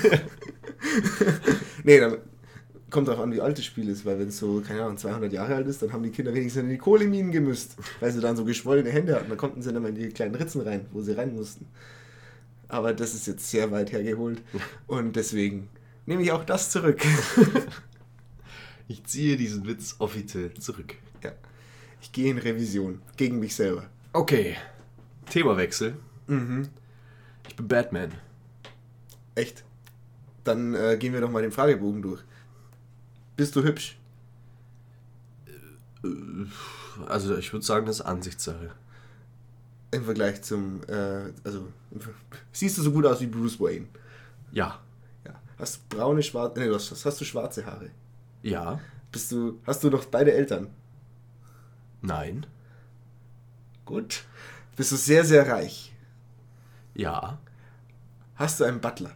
Nee, dann kommt auch an, wie alt das Spiel ist, weil wenn es so, keine Ahnung, zweihundert Jahre alt ist, dann haben die Kinder wenigstens in die Kohleminen gemüsst, weil sie dann so geschwollene Hände hatten. Dann konnten sie dann mal in die kleinen Ritzen rein, wo sie rein mussten. Aber das ist jetzt sehr weit hergeholt und deswegen nehme ich auch das zurück. Ich ziehe diesen Witz offiziell zurück. Ja. Ich gehe in Revision gegen mich selber. Okay. Themawechsel. Mhm. Ich bin Batman. Echt? Dann äh, gehen wir doch mal den Fragebogen durch. Bist du hübsch? Also ich würde sagen, das ist Ansichtssache. Im Vergleich zum, äh, also, siehst du so gut aus wie Bruce Wayne? Ja. Ja. Hast du braune, schwarze, nee, du hast, hast du schwarze Haare? Ja. Bist du, hast du noch beide Eltern? Nein. Gut. Bist du sehr, sehr reich? Ja. Hast du einen Butler?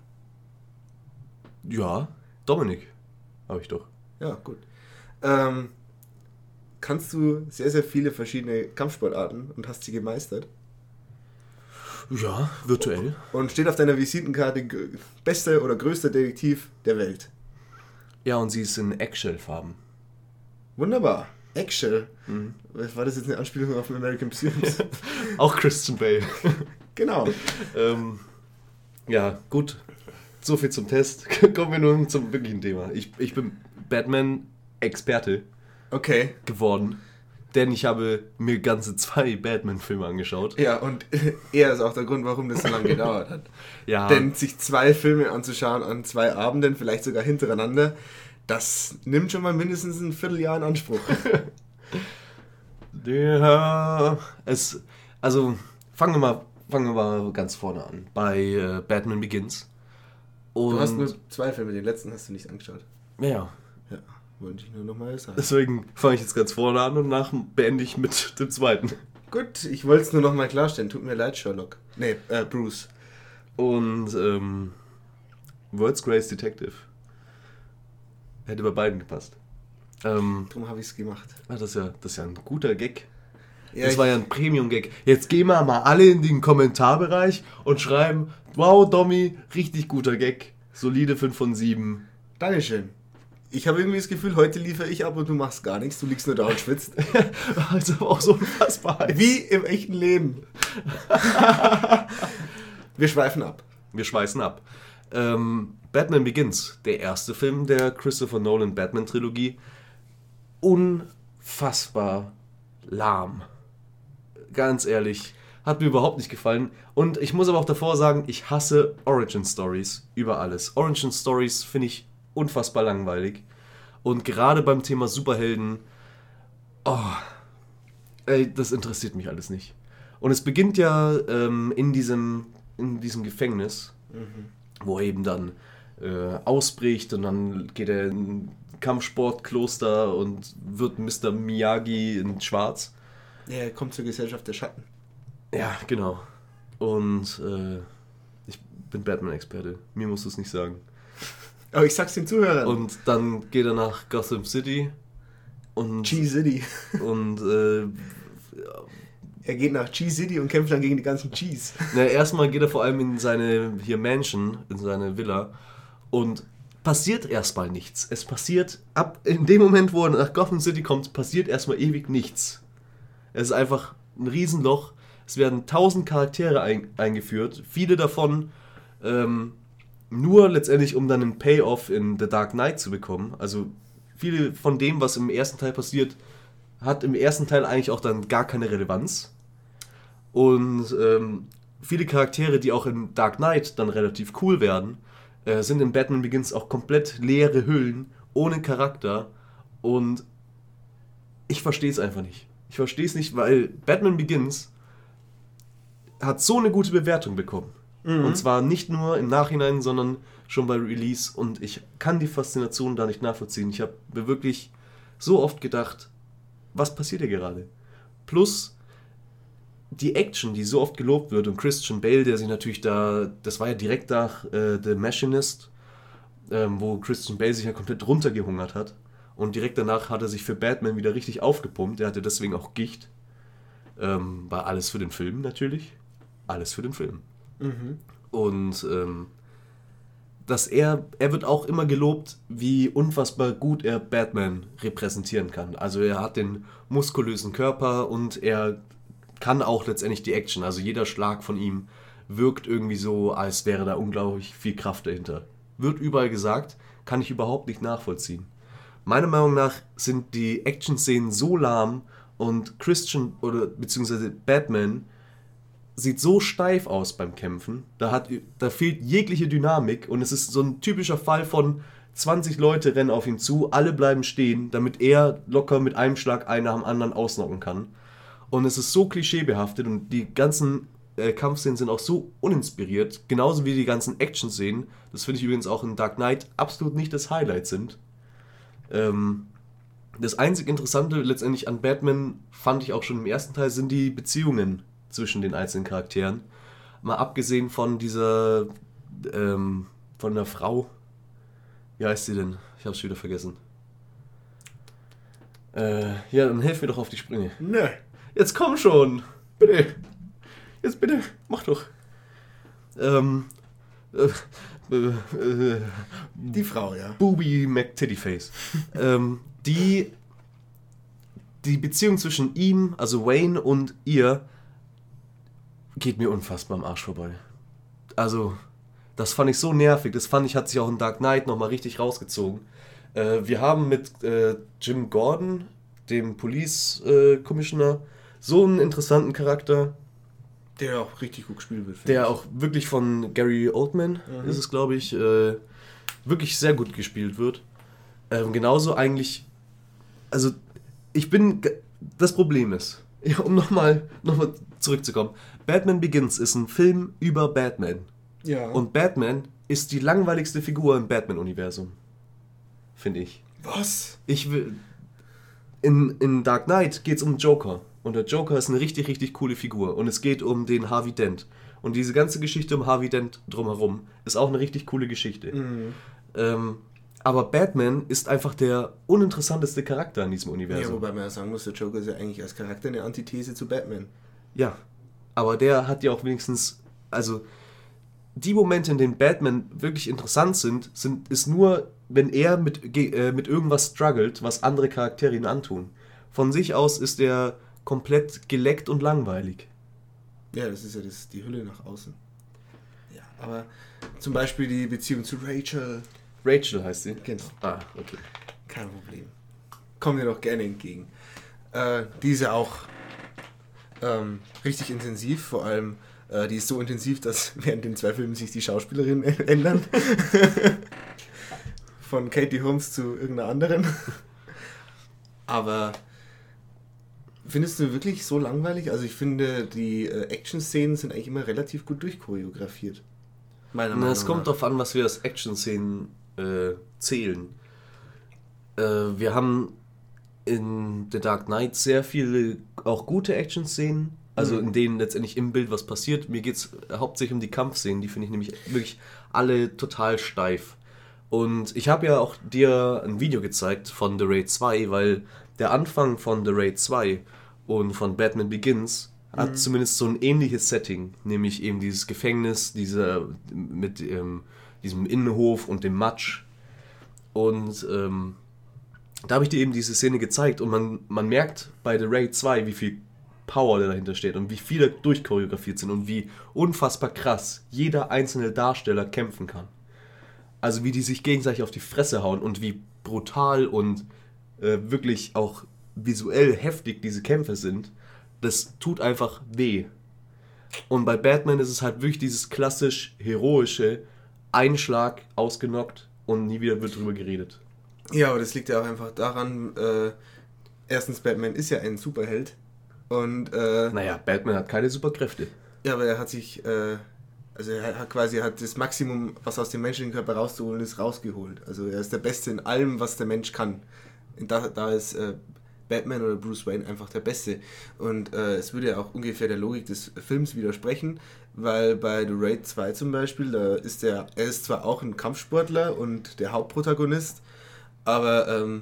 Ja. Dominik. Habe ich doch. Ja, gut. Ähm, kannst du sehr, sehr viele verschiedene Kampfsportarten und hast sie gemeistert? Ja, virtuell. Und steht auf deiner Visitenkarte g- bester oder größter Detektiv der Welt. Ja, und sie ist in Eggshell-Farben. Wunderbar. Eggshell. War das jetzt eine Anspielung auf American Psycho? Auch Christian Bale. Genau. ähm, ja, gut. So viel zum Test. Kommen wir nun zum wirklichen Thema. Ich, ich bin Batman-Experte Okay. geworden, denn ich habe mir ganze zwei Batman-Filme angeschaut. Ja, und er ist auch der Grund, warum das so lange gedauert hat. Ja, Denn sich zwei Filme anzuschauen an zwei Abenden, vielleicht sogar hintereinander, das nimmt schon mal mindestens ein Vierteljahr in Anspruch. ja es, also fangen wir mal, fangen wir mal ganz vorne an. Bei äh, Batman Begins. Und Du hast nur zwei Filme, den letzten hast du nicht angeschaut. ja, ja. Ja, wollte ich nur nochmal sagen. Deswegen fange ich jetzt ganz vorne an und nach beende ich mit dem zweiten. Gut, ich wollte es nur nochmal klarstellen. Tut mir leid, Sherlock. Nee, äh, Bruce. Und ähm, World's Greatest Detective. Hätte bei beiden gepasst. Ähm, Darum habe ich es gemacht. ah, das, ist ja, das ist ja ein guter Gag. Ja, Das ich- war ja ein Premium-Gag. Jetzt gehen wir mal alle in den Kommentarbereich und schreiben, wow, Domi, richtig guter Gag. Solide fünf von sieben. Dankeschön. Ich habe irgendwie das Gefühl, heute liefere ich ab und du machst gar nichts. Du liegst nur da und schwitzt. Also auch so unfassbar heiß. Wie im echten Leben. Wir schweifen ab. Wir schweißen ab. Ähm, Batman Begins, der erste Film der Christopher Nolan Batman-Trilogie. Unfassbar lahm. Ganz ehrlich, hat mir überhaupt nicht gefallen. Und ich muss aber auch davor sagen, ich hasse Origin Stories über alles. Origin Stories finde ich unfassbar langweilig. Und gerade beim Thema Superhelden, oh, ey, das interessiert mich alles nicht. Und es beginnt ja ähm, in diesem in diesem Gefängnis, wo eben dann äh, ausbricht und dann geht er in ein Kampfsportkloster und wird Mister Miyagi in Schwarz. Ja, er kommt zur Gesellschaft der Schatten. Ja, genau. Und äh, ich bin Batman-Experte. Mir musst du es nicht sagen. Aber ich sag's den Zuhörern. Und dann geht er nach Gotham City und G-City. und äh, Er geht nach G-City und kämpft dann gegen die ganzen Gs. na, erstmal geht er vor allem in seine hier Mansion, in seine Villa und passiert erstmal nichts. Es passiert ab in dem Moment, wo er nach Gotham City kommt, passiert erstmal ewig nichts. Es ist einfach ein Riesenloch. Es werden tausend Charaktere ein, eingeführt, viele davon ähm, nur letztendlich, um dann einen Payoff in The Dark Knight zu bekommen. Also viele von dem, was im ersten Teil passiert, hat im ersten Teil eigentlich auch dann gar keine Relevanz. Und ähm, viele Charaktere, die auch in Dark Knight dann relativ cool werden, äh, sind in Batman Begins auch komplett leere Hüllen, ohne Charakter. Und ich verstehe es einfach nicht. Ich verstehe es nicht, weil Batman Begins hat so eine gute Bewertung bekommen. Mhm. Und zwar nicht nur im Nachhinein, sondern schon bei Release. Und ich kann die Faszination da nicht nachvollziehen. Ich habe mir wirklich so oft gedacht, was passiert hier gerade? Plus die Action, die so oft gelobt wird, und Christian Bale, der sich natürlich da, das war ja direkt nach äh, The Machinist, ähm, wo Christian Bale sich ja komplett runtergehungert hat. Und direkt danach hat er sich für Batman wieder richtig aufgepumpt. Er hatte deswegen auch Gicht. Ähm, war alles für den Film natürlich. Alles für den Film. Mhm. Und ähm, dass er, er wird auch immer gelobt, wie unfassbar gut er Batman repräsentieren kann. Also er hat den muskulösen Körper und er kann auch letztendlich die Action. Also jeder Schlag von ihm wirkt irgendwie so, als wäre da unglaublich viel Kraft dahinter. Wird überall gesagt, kann ich überhaupt nicht nachvollziehen. Meiner Meinung nach sind die Action-Szenen so lahm und Christian oder beziehungsweise Batman sieht so steif aus beim Kämpfen. Da, hat, da fehlt jegliche Dynamik und es ist so ein typischer Fall von zwanzig Leute rennen auf ihn zu, alle bleiben stehen, damit er locker mit einem Schlag einen nach dem anderen ausnocken kann. Und es ist so klischeebehaftet und die ganzen äh, Kampfszenen sind auch so uninspiriert, genauso wie die ganzen Action-Szenen. Das finde ich übrigens auch in Dark Knight absolut nicht das Highlight sind. Ähm, das einzig Interessante letztendlich an Batman, fand ich auch schon im ersten Teil, sind die Beziehungen zwischen den einzelnen Charakteren. Mal abgesehen von dieser, ähm, von der Frau, wie heißt sie denn? Ich hab's wieder vergessen. Äh, ja, dann helf mir doch auf die Sprünge. Nö. Jetzt komm schon! Bitte! Jetzt bitte, mach doch! Ähm, äh, äh, äh, Die Frau, ja. Booby McTittyface. ähm, die, die Beziehung zwischen ihm, also Wayne, und ihr geht mir unfassbar am Arsch vorbei. Also, das fand ich so nervig. Das fand ich, hat sich auch in Dark Knight nochmal richtig rausgezogen. Äh, wir haben mit äh, Jim Gordon, dem Police äh, Commissioner, so einen interessanten Charakter. Der auch richtig gut gespielt wird. Der auch wirklich von Gary Oldman, mhm. ist es glaube ich, äh, wirklich sehr gut gespielt wird. Ähm, genauso eigentlich, also ich bin, das Problem ist, ja, um nochmal noch mal zurückzukommen, Batman Begins ist ein Film über Batman. Ja. Und Batman ist die langweiligste Figur im Batman-Universum. Finde ich. Was? Ich will. In, in Dark Knight geht es um Joker. Und der Joker ist eine richtig, richtig coole Figur. Und es geht um den Harvey Dent. Und diese ganze Geschichte um Harvey Dent drumherum ist auch eine richtig coole Geschichte. Mhm. Ähm, aber Batman ist einfach der uninteressanteste Charakter in diesem Universum. Ja, wobei man ja sagen muss, der Joker ist ja eigentlich als Charakter eine Antithese zu Batman. Ja, aber der hat ja auch wenigstens, also die Momente, in denen Batman wirklich interessant sind, sind ist nur, wenn er mit, äh, mit irgendwas struggelt, was andere Charaktere ihn antun. Von sich aus ist er komplett geleckt und langweilig. Ja, das ist ja das, die Hülle nach außen. Ja, aber zum Beispiel die Beziehung zu Rachel. Rachel heißt sie? Genau. Ah, okay. Kein Problem. Kommen dir doch gerne entgegen. Äh, die ist ja auch ähm, richtig intensiv, vor allem äh, die ist so intensiv, dass während den zwei Filmen sich die Schauspielerinnen ändern. Von Katie Holmes zu irgendeiner anderen. Aber findest du wirklich so langweilig? Also ich finde, die äh, Action-Szenen sind eigentlich immer relativ gut durchchoreografiert. Meiner Na, Meinung es kommt nach. darauf an, was wir als Action-Szenen äh, zählen. Äh, wir haben in The Dark Knight sehr viele auch gute Action-Szenen, also in denen letztendlich im Bild was passiert. Mir geht es hauptsächlich um die Kampfszenen, die finde ich nämlich wirklich alle total steif. Und ich habe ja auch dir ein Video gezeigt von The Raid zwei, weil der Anfang von The Raid zwei und von Batman Begins hat mhm. zumindest so ein ähnliches Setting, nämlich eben dieses Gefängnis, diese, mit ähm, diesem Innenhof und dem Matsch. Und ähm, da habe ich dir eben diese Szene gezeigt und man, man merkt bei The Raid zwei, wie viel Power dahinter steht und wie viele durchchoreografiert sind und wie unfassbar krass jeder einzelne Darsteller kämpfen kann. Also wie die sich gegenseitig auf die Fresse hauen und wie brutal und äh, wirklich auch visuell heftig diese Kämpfe sind, das tut einfach weh. Und bei Batman ist es halt wirklich dieses klassisch heroische Einschlag, ausgenockt und nie wieder wird drüber geredet. Ja, aber das liegt ja auch einfach daran, äh, erstens, Batman ist ja ein Superheld und äh, naja, Batman hat keine Superkräfte. Ja, aber er hat sich, äh, also er hat quasi hat das Maximum, was aus dem menschlichen Körper rauszuholen ist, rausgeholt. Also er ist der Beste in allem, was der Mensch kann. Und da, da ist äh, Batman oder Bruce Wayne einfach der Beste. Und äh, es würde ja auch ungefähr der Logik des Films widersprechen, weil bei The Raid zwei zum Beispiel, da ist er, er ist zwar auch ein Kampfsportler und der Hauptprotagonist, aber ähm,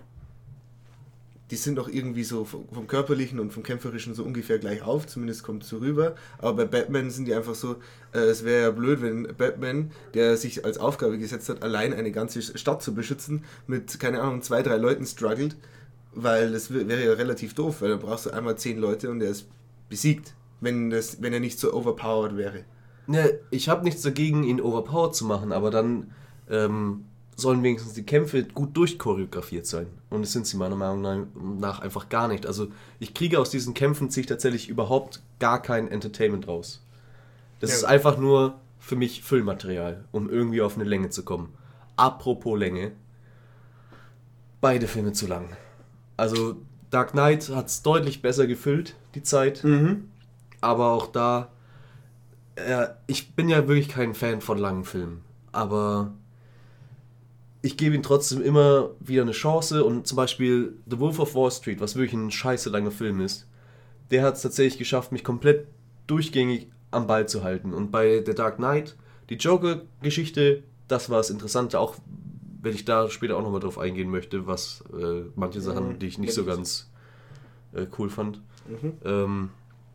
die sind doch irgendwie so vom, vom Körperlichen und vom Kämpferischen so ungefähr gleich auf, zumindest kommt es so rüber. Aber bei Batman sind die einfach so, äh, es wäre ja blöd, wenn Batman, der sich als Aufgabe gesetzt hat, allein eine ganze Stadt zu beschützen, mit, keine Ahnung, zwei, drei Leuten struggelt, weil das wäre ja relativ doof, weil dann brauchst du einmal zehn Leute und der ist besiegt, wenn, das, wenn er nicht so overpowered wäre. Ne, ich habe nichts dagegen, ihn overpowered zu machen, aber dann ähm, sollen wenigstens die Kämpfe gut durchchoreografiert sein. Und das sind sie meiner Meinung nach einfach gar nicht. Also ich kriege aus diesen Kämpfen ziehe ich tatsächlich überhaupt gar kein Entertainment raus. Das ja. ist einfach nur für mich Füllmaterial, um irgendwie auf eine Länge zu kommen. Apropos Länge, beide Filme zu lang. Also Dark Knight hat es deutlich besser gefüllt, die Zeit. Mhm. Aber auch da, äh, ich bin ja wirklich kein Fan von langen Filmen. Aber ich gebe ihm trotzdem immer wieder eine Chance. Und zum Beispiel The Wolf of Wall Street, was wirklich ein scheiße langer Film ist, der hat es tatsächlich geschafft, mich komplett durchgängig am Ball zu halten. Und bei The Dark Knight, die Joker-Geschichte, das war das Interessante, auch wenn ich da später auch nochmal drauf eingehen möchte, was äh, manche Sachen, mhm, die ich nicht so ganz äh, cool fand. Mhm. Ähm,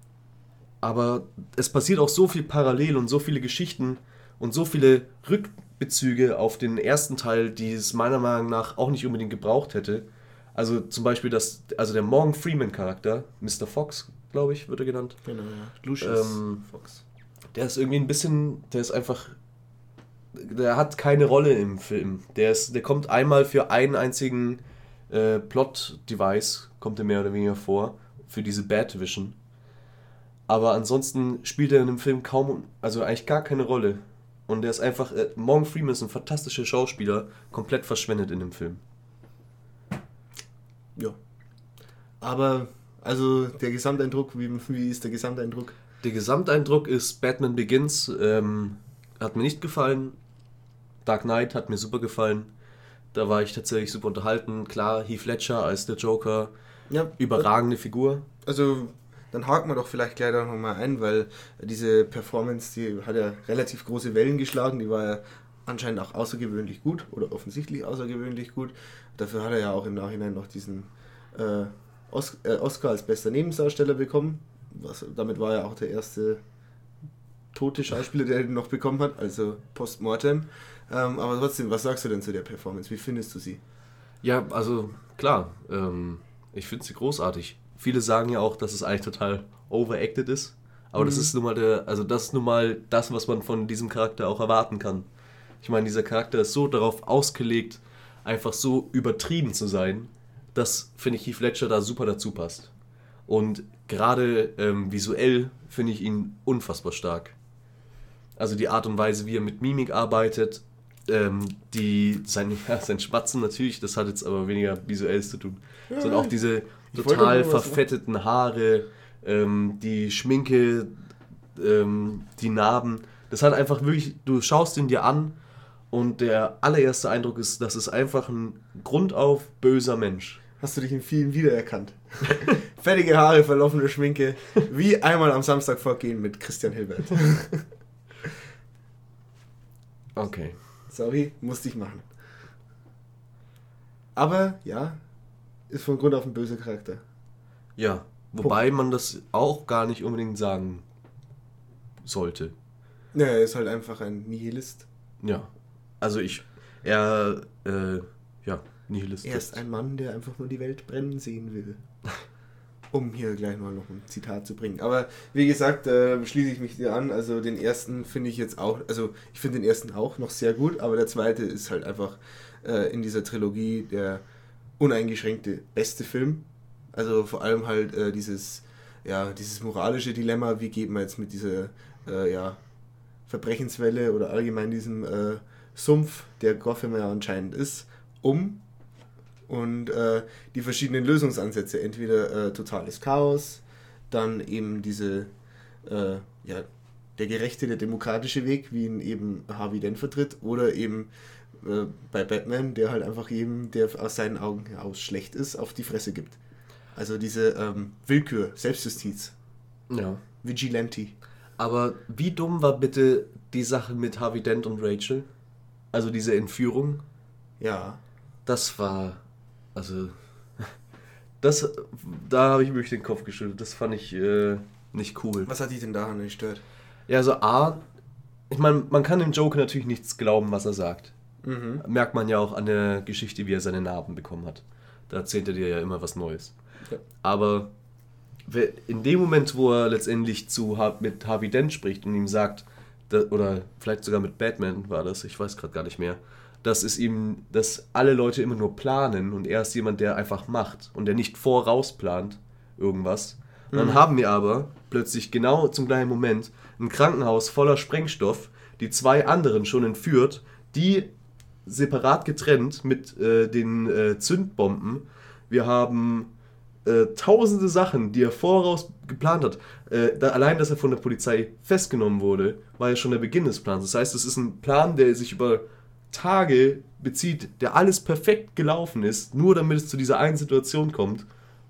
aber es passiert auch so viel parallel und so viele Geschichten und so viele Rückbezüge auf den ersten Teil, die es meiner Meinung nach auch nicht unbedingt gebraucht hätte. Also zum Beispiel das, also der Morgan Freeman-Charakter, Mister Fox, glaube ich, wird er genannt. Genau, ja. Lucius ähm, Fox. Der ist irgendwie ein bisschen, der ist einfach, der hat keine Rolle im Film. Der ist, der kommt einmal für einen einzigen äh, Plot-Device, kommt er mehr oder weniger vor, für diese Batvision. Aber ansonsten spielt er in dem Film kaum, also eigentlich gar keine Rolle. Und der ist einfach, äh, Morgan Freeman ist ein fantastischer Schauspieler, komplett verschwendet in dem Film. Ja. Aber, also der Gesamteindruck, wie, wie ist der Gesamteindruck? Der Gesamteindruck ist, Batman Begins ähm, hat mir nicht gefallen. Dark Knight hat mir super gefallen. Da war ich tatsächlich super unterhalten. Klar, Heath Ledger als der Joker, ja, überragende Figur. Also, dann haken wir doch vielleicht gleich da nochmal ein, weil diese Performance, die hat ja relativ große Wellen geschlagen. Die war ja anscheinend auch außergewöhnlich gut oder offensichtlich außergewöhnlich gut. Dafür hat er ja auch im Nachhinein noch diesen äh, Os- äh, Oscar als bester Nebendarsteller bekommen. Was, damit war er auch der erste tote Schauspieler, der den noch bekommen hat, also postmortem. Ähm, aber trotzdem, was sagst du denn zu der Performance? Wie findest du sie? Ja, also klar, ähm, ich finde sie großartig. Viele sagen ja auch, dass es eigentlich total overacted ist, aber mhm. das ist nun mal der, also das ist nun mal das, was man von diesem Charakter auch erwarten kann. Ich meine, dieser Charakter ist so darauf ausgelegt, einfach so übertrieben zu sein, dass, finde ich, Heath Ledger da super dazu passt. Und gerade ähm, visuell finde ich ihn unfassbar stark. Also die Art und Weise, wie er mit Mimik arbeitet, ähm, die, sein, ja, sein Schwatzen natürlich, das hat jetzt aber weniger Visuelles zu tun, ja, sondern auch diese total verfetteten Haare, ähm, die Schminke, ähm, die Narben, Das hat einfach wirklich, du schaust ihn dir an und der allererste Eindruck ist, das ist einfach ein grundauf böser Mensch. Hast du dich in vielen wiedererkannt? Fettige Haare, verlaufene Schminke, wie einmal am Samstag vorgehen mit Christian Hilbert. Okay. Sorry, musste ich machen. Aber, ja, ist von Grund auf ein böser Charakter. Ja, wobei Punkt. Man das auch gar nicht unbedingt sagen sollte. Ja, er ist halt einfach ein Nihilist. Ja, also ich, er, äh, ja, Nihilist. Er ist ein Mann, der einfach nur die Welt brennen sehen will. Um hier gleich mal noch ein Zitat zu bringen. Aber wie gesagt, äh, schließe ich mich dir an. Also den ersten finde ich jetzt auch, also ich finde den ersten auch noch sehr gut, aber der zweite ist halt einfach äh, in dieser Trilogie der uneingeschränkte beste Film. Also vor allem halt äh, dieses, ja, dieses moralische Dilemma, wie geht man jetzt mit dieser äh, ja, Verbrechenswelle oder allgemein diesem äh, Sumpf, der Gotham ja anscheinend ist, um. Und äh, die verschiedenen Lösungsansätze, entweder äh, totales Chaos, dann eben diese, äh, ja, der gerechte, der demokratische Weg, wie ihn eben Harvey Dent vertritt, oder eben äh, bei Batman, der halt einfach jedem, der aus seinen Augen heraus schlecht ist, auf die Fresse gibt. Also diese ähm, Willkür, Selbstjustiz. Ja. Vigilante. Aber wie dumm war bitte die Sache mit Harvey Dent und Rachel? Also diese Entführung? Ja. Das war... Also, das, da habe ich mir durch den Kopf geschüttelt. Das fand ich äh, nicht cool. Was hat dich denn daran gestört? Ja, also A, ich meine, man kann dem Joker natürlich nichts glauben, was er sagt. Mhm. Merkt man ja auch an der Geschichte, wie er seine Narben bekommen hat. Da erzählt er dir ja immer was Neues. Ja. Aber in dem Moment, wo er letztendlich zu, mit Harvey Dent spricht und ihm sagt, oder vielleicht sogar mit Batman war das, ich weiß gerade gar nicht mehr, dass es ihm, dass alle Leute immer nur planen und er ist jemand, der einfach macht und der nicht vorausplant irgendwas. Und dann mhm. haben wir aber plötzlich genau zum gleichen Moment ein Krankenhaus voller Sprengstoff, die zwei anderen schon entführt, die separat getrennt mit äh, den äh, Zündbomben. Wir haben äh, tausende Sachen, die er voraus geplant hat. Äh, da, allein, dass er von der Polizei festgenommen wurde, war ja schon der Beginn des Plans. Das heißt, es ist ein Plan, der sich über Tage bezieht, der alles perfekt gelaufen ist, nur damit es zu dieser einen Situation kommt.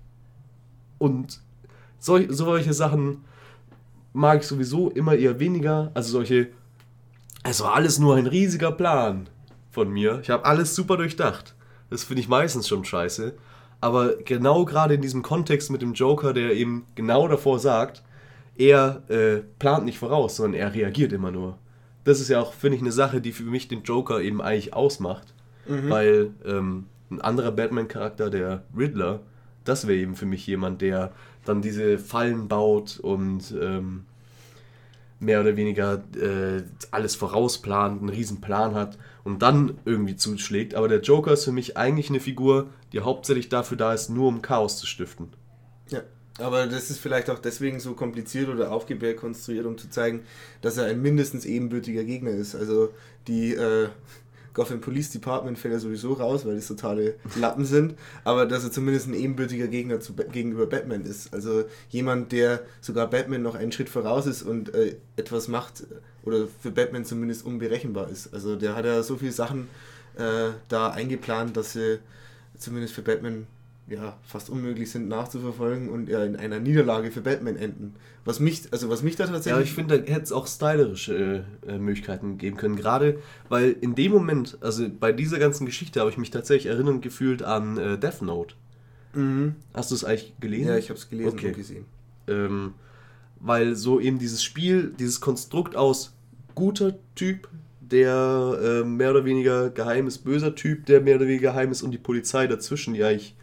Und sol- solche Sachen mag ich sowieso immer eher weniger. Also solche, es war alles nur ein riesiger Plan von mir. Ich habe alles super durchdacht. Das finde ich meistens schon scheiße. Aber genau gerade in diesem Kontext mit dem Joker, der eben genau davor sagt, er äh, plant nicht voraus, sondern er reagiert immer nur. Das ist ja auch, finde ich, eine Sache, die für mich den Joker eben eigentlich ausmacht. Mhm. Weil ähm, ein anderer Batman-Charakter, der Riddler, das wäre eben für mich jemand, der dann diese Fallen baut und ähm, mehr oder weniger äh, alles vorausplant, einen riesen Plan hat und dann irgendwie zuschlägt. Aber der Joker ist für mich eigentlich eine Figur, die hauptsächlich dafür da ist, nur um Chaos zu stiften. Ja. Aber das ist vielleicht auch deswegen so kompliziert oder aufgebläht konstruiert, um zu zeigen, dass er ein mindestens ebenbürtiger Gegner ist. Also die äh, Gotham Police Department fällt ja sowieso raus, weil das totale Lappen sind, aber dass er zumindest ein ebenbürtiger Gegner zu, gegenüber Batman ist. Also jemand, der sogar Batman noch einen Schritt voraus ist und äh, etwas macht oder für Batman zumindest unberechenbar ist. Also der hat ja so viele Sachen äh, da eingeplant, dass sie zumindest für Batman ja, fast unmöglich sind nachzuverfolgen und ja, in einer Niederlage für Batman enden. Was mich, also was mich da tatsächlich... Ja, ich finde, da hätte es auch stylerische äh, Möglichkeiten geben können, gerade weil in dem Moment, also bei dieser ganzen Geschichte habe ich mich tatsächlich erinnert gefühlt an äh, Death Note. Mhm. Hast du es eigentlich gelesen? Ja, ich habe es gelesen okay. und gesehen. Ähm, weil so eben dieses Spiel, dieses Konstrukt aus guter Typ, der äh, mehr oder weniger geheim ist, böser Typ, der mehr oder weniger geheim ist und die Polizei dazwischen, die eigentlich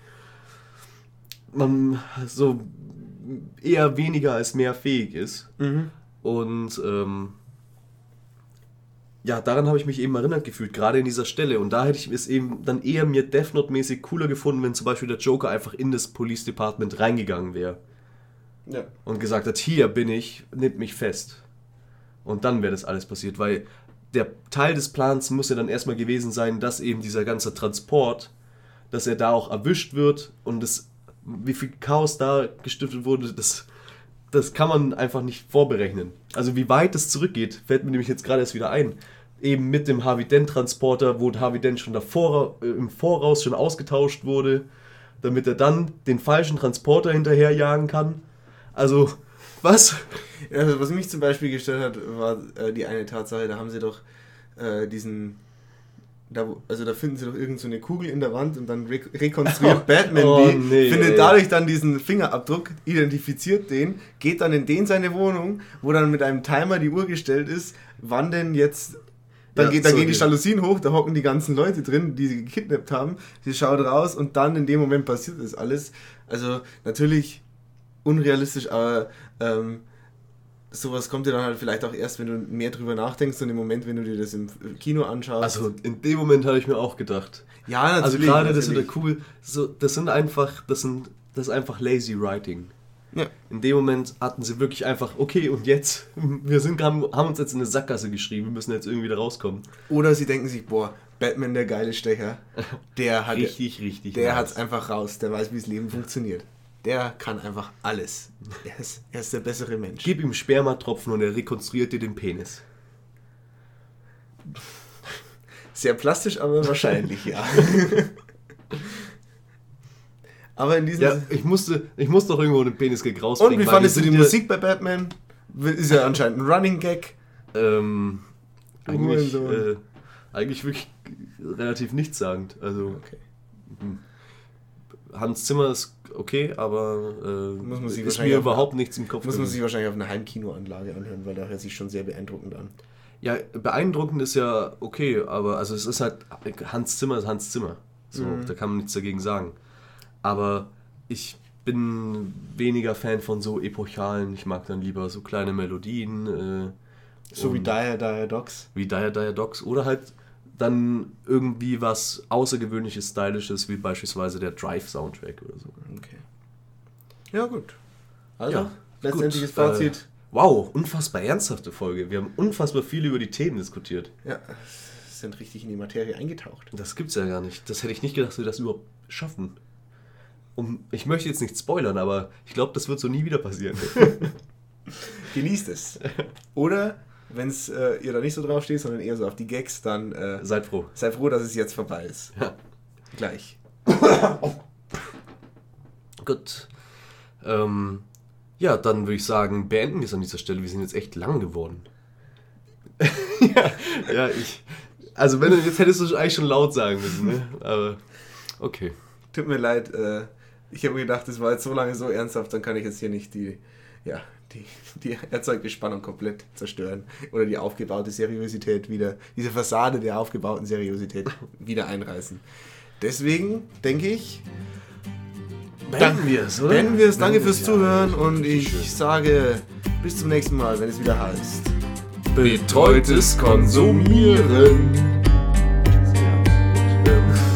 man so eher weniger als mehr fähig ist. Mhm. Und ähm, ja, daran habe ich mich eben erinnert gefühlt, gerade in dieser Stelle. Und da hätte ich es eben dann eher mir Death Note-mäßig cooler gefunden, wenn zum Beispiel der Joker einfach in das Police Department reingegangen wäre. Ja. Und gesagt hat, hier bin ich, nehmt mich fest. Und dann wäre das alles passiert, weil der Teil des Plans muss ja dann erstmal gewesen sein, dass eben dieser ganze Transport, dass er da auch erwischt wird und das wie viel Chaos da gestiftet wurde, das das kann man einfach nicht vorberechnen. Also wie weit es zurückgeht, fällt mir nämlich jetzt gerade erst wieder ein. Eben mit dem Harvey Dent Transporter, wo Harvey Dent schon davor, äh, im Voraus schon ausgetauscht wurde, damit er dann den falschen Transporter hinterherjagen kann. Also, was? Also, was mich zum Beispiel gestört hat, war äh, die eine Tatsache, da haben sie doch äh, diesen, da, also da finden sie doch irgend so eine Kugel in der Wand und dann re- rekonstruiert Batman oh, die, nee, findet ey. dadurch dann diesen Fingerabdruck, identifiziert den, geht dann in den seine Wohnung, wo dann mit einem Timer die Uhr gestellt ist, wann denn jetzt... Dann, Ja, geht, dann so gehen die geht. Jalousien hoch, da hocken die ganzen Leute drin, die sie gekidnappt haben. Sie schaut raus und dann in dem Moment passiert das alles. Also natürlich unrealistisch, aber ähm, sowas kommt dir dann halt vielleicht auch erst, wenn du mehr drüber nachdenkst und im Moment, wenn du dir das im Kino anschaust. Also in dem Moment habe ich mir auch gedacht. ja, natürlich. Also gerade das ist natürlich. wieder cool. So, das sind einfach, das sind, das ist einfach lazy writing. Ja. In dem Moment hatten sie wirklich einfach, okay, und jetzt? Wir sind, haben, haben uns jetzt in eine Sackgasse geschrieben, wir müssen jetzt irgendwie da rauskommen. Oder sie denken sich, boah, Batman, der geile Stecher, der hat Richtig, richtig. der nice. hat's einfach raus, der weiß, wie das Leben funktioniert. Der kann einfach alles. Er ist, er ist der bessere Mensch. Gib ihm Spermatropfen und er rekonstruiert dir den Penis. Sehr plastisch, aber wahrscheinlich, ja. Aber in diesem... Ja, ich musste, ich musste doch irgendwo den Penis-Gag rausbringen. Und wie weil fandest du wir die sind Musik bei Batman? Ist ja anscheinend ein Running Gag. Ja, ähm, Du eigentlich, Hurensohn. äh, eigentlich wirklich relativ nichtssagend. Also Okay. Hans Zimmer ist okay, aber äh, Muss man sich ist wahrscheinlich mir auch- überhaupt nichts im Kopf Muss man geblieben. sich wahrscheinlich auf einer Heimkinoanlage anhören, weil da hört sich schon sehr beeindruckend an. Ja, beeindruckend ist ja okay, aber also es ist halt, Hans Zimmer ist Hans Zimmer. So, Mhm. da kann man nichts dagegen sagen. Aber ich bin weniger Fan von so epochalen, ich mag dann lieber so kleine Melodien. Äh, So wie und- Dire Dire Dogs. Wie Dire Dire Dogs oder halt dann irgendwie was Außergewöhnliches, Stylisches, wie beispielsweise der Drive-Soundtrack oder so. Okay. Ja, gut. Also, Ja, letztendliches gut, Fazit. Äh, wow, unfassbar ernsthafte Folge. Wir haben unfassbar viel über die Themen diskutiert. Ja, sind richtig in die Materie eingetaucht. Das gibt's ja gar nicht. Das hätte ich nicht gedacht, dass wir das überhaupt schaffen. Um, ich möchte jetzt nicht spoilern, aber ich glaube, das wird so nie wieder passieren. Genießt es. Oder, wenn äh, ihr da nicht so drauf steht, sondern eher so auf die Gags, dann äh, Seid froh. seid froh, dass es jetzt vorbei ist. Ja. Gleich. Gut. Ähm, ja, dann würde ich sagen, beenden wir es an dieser Stelle. Wir sind jetzt echt lang geworden. ja, ja, ich. Also, wenn du jetzt hättest du eigentlich schon laut sagen müssen, ne? Aber okay. Tut mir leid, äh, ich habe mir gedacht, das war jetzt so lange so ernsthaft, dann kann ich jetzt hier nicht die, ja, die, die erzeugte Spannung komplett zerstören oder die aufgebaute Seriosität wieder, diese Fassade der aufgebauten Seriosität wieder einreißen. Deswegen denke ich, Beenden wir es, oder? beenden wir es. Danke Beenden fürs wir es, ja. Zuhören und Richtig schön. ich sage bis zum nächsten Mal, wenn es wieder heißt. Betreutes Konsumieren. Ja, gut. Ähm,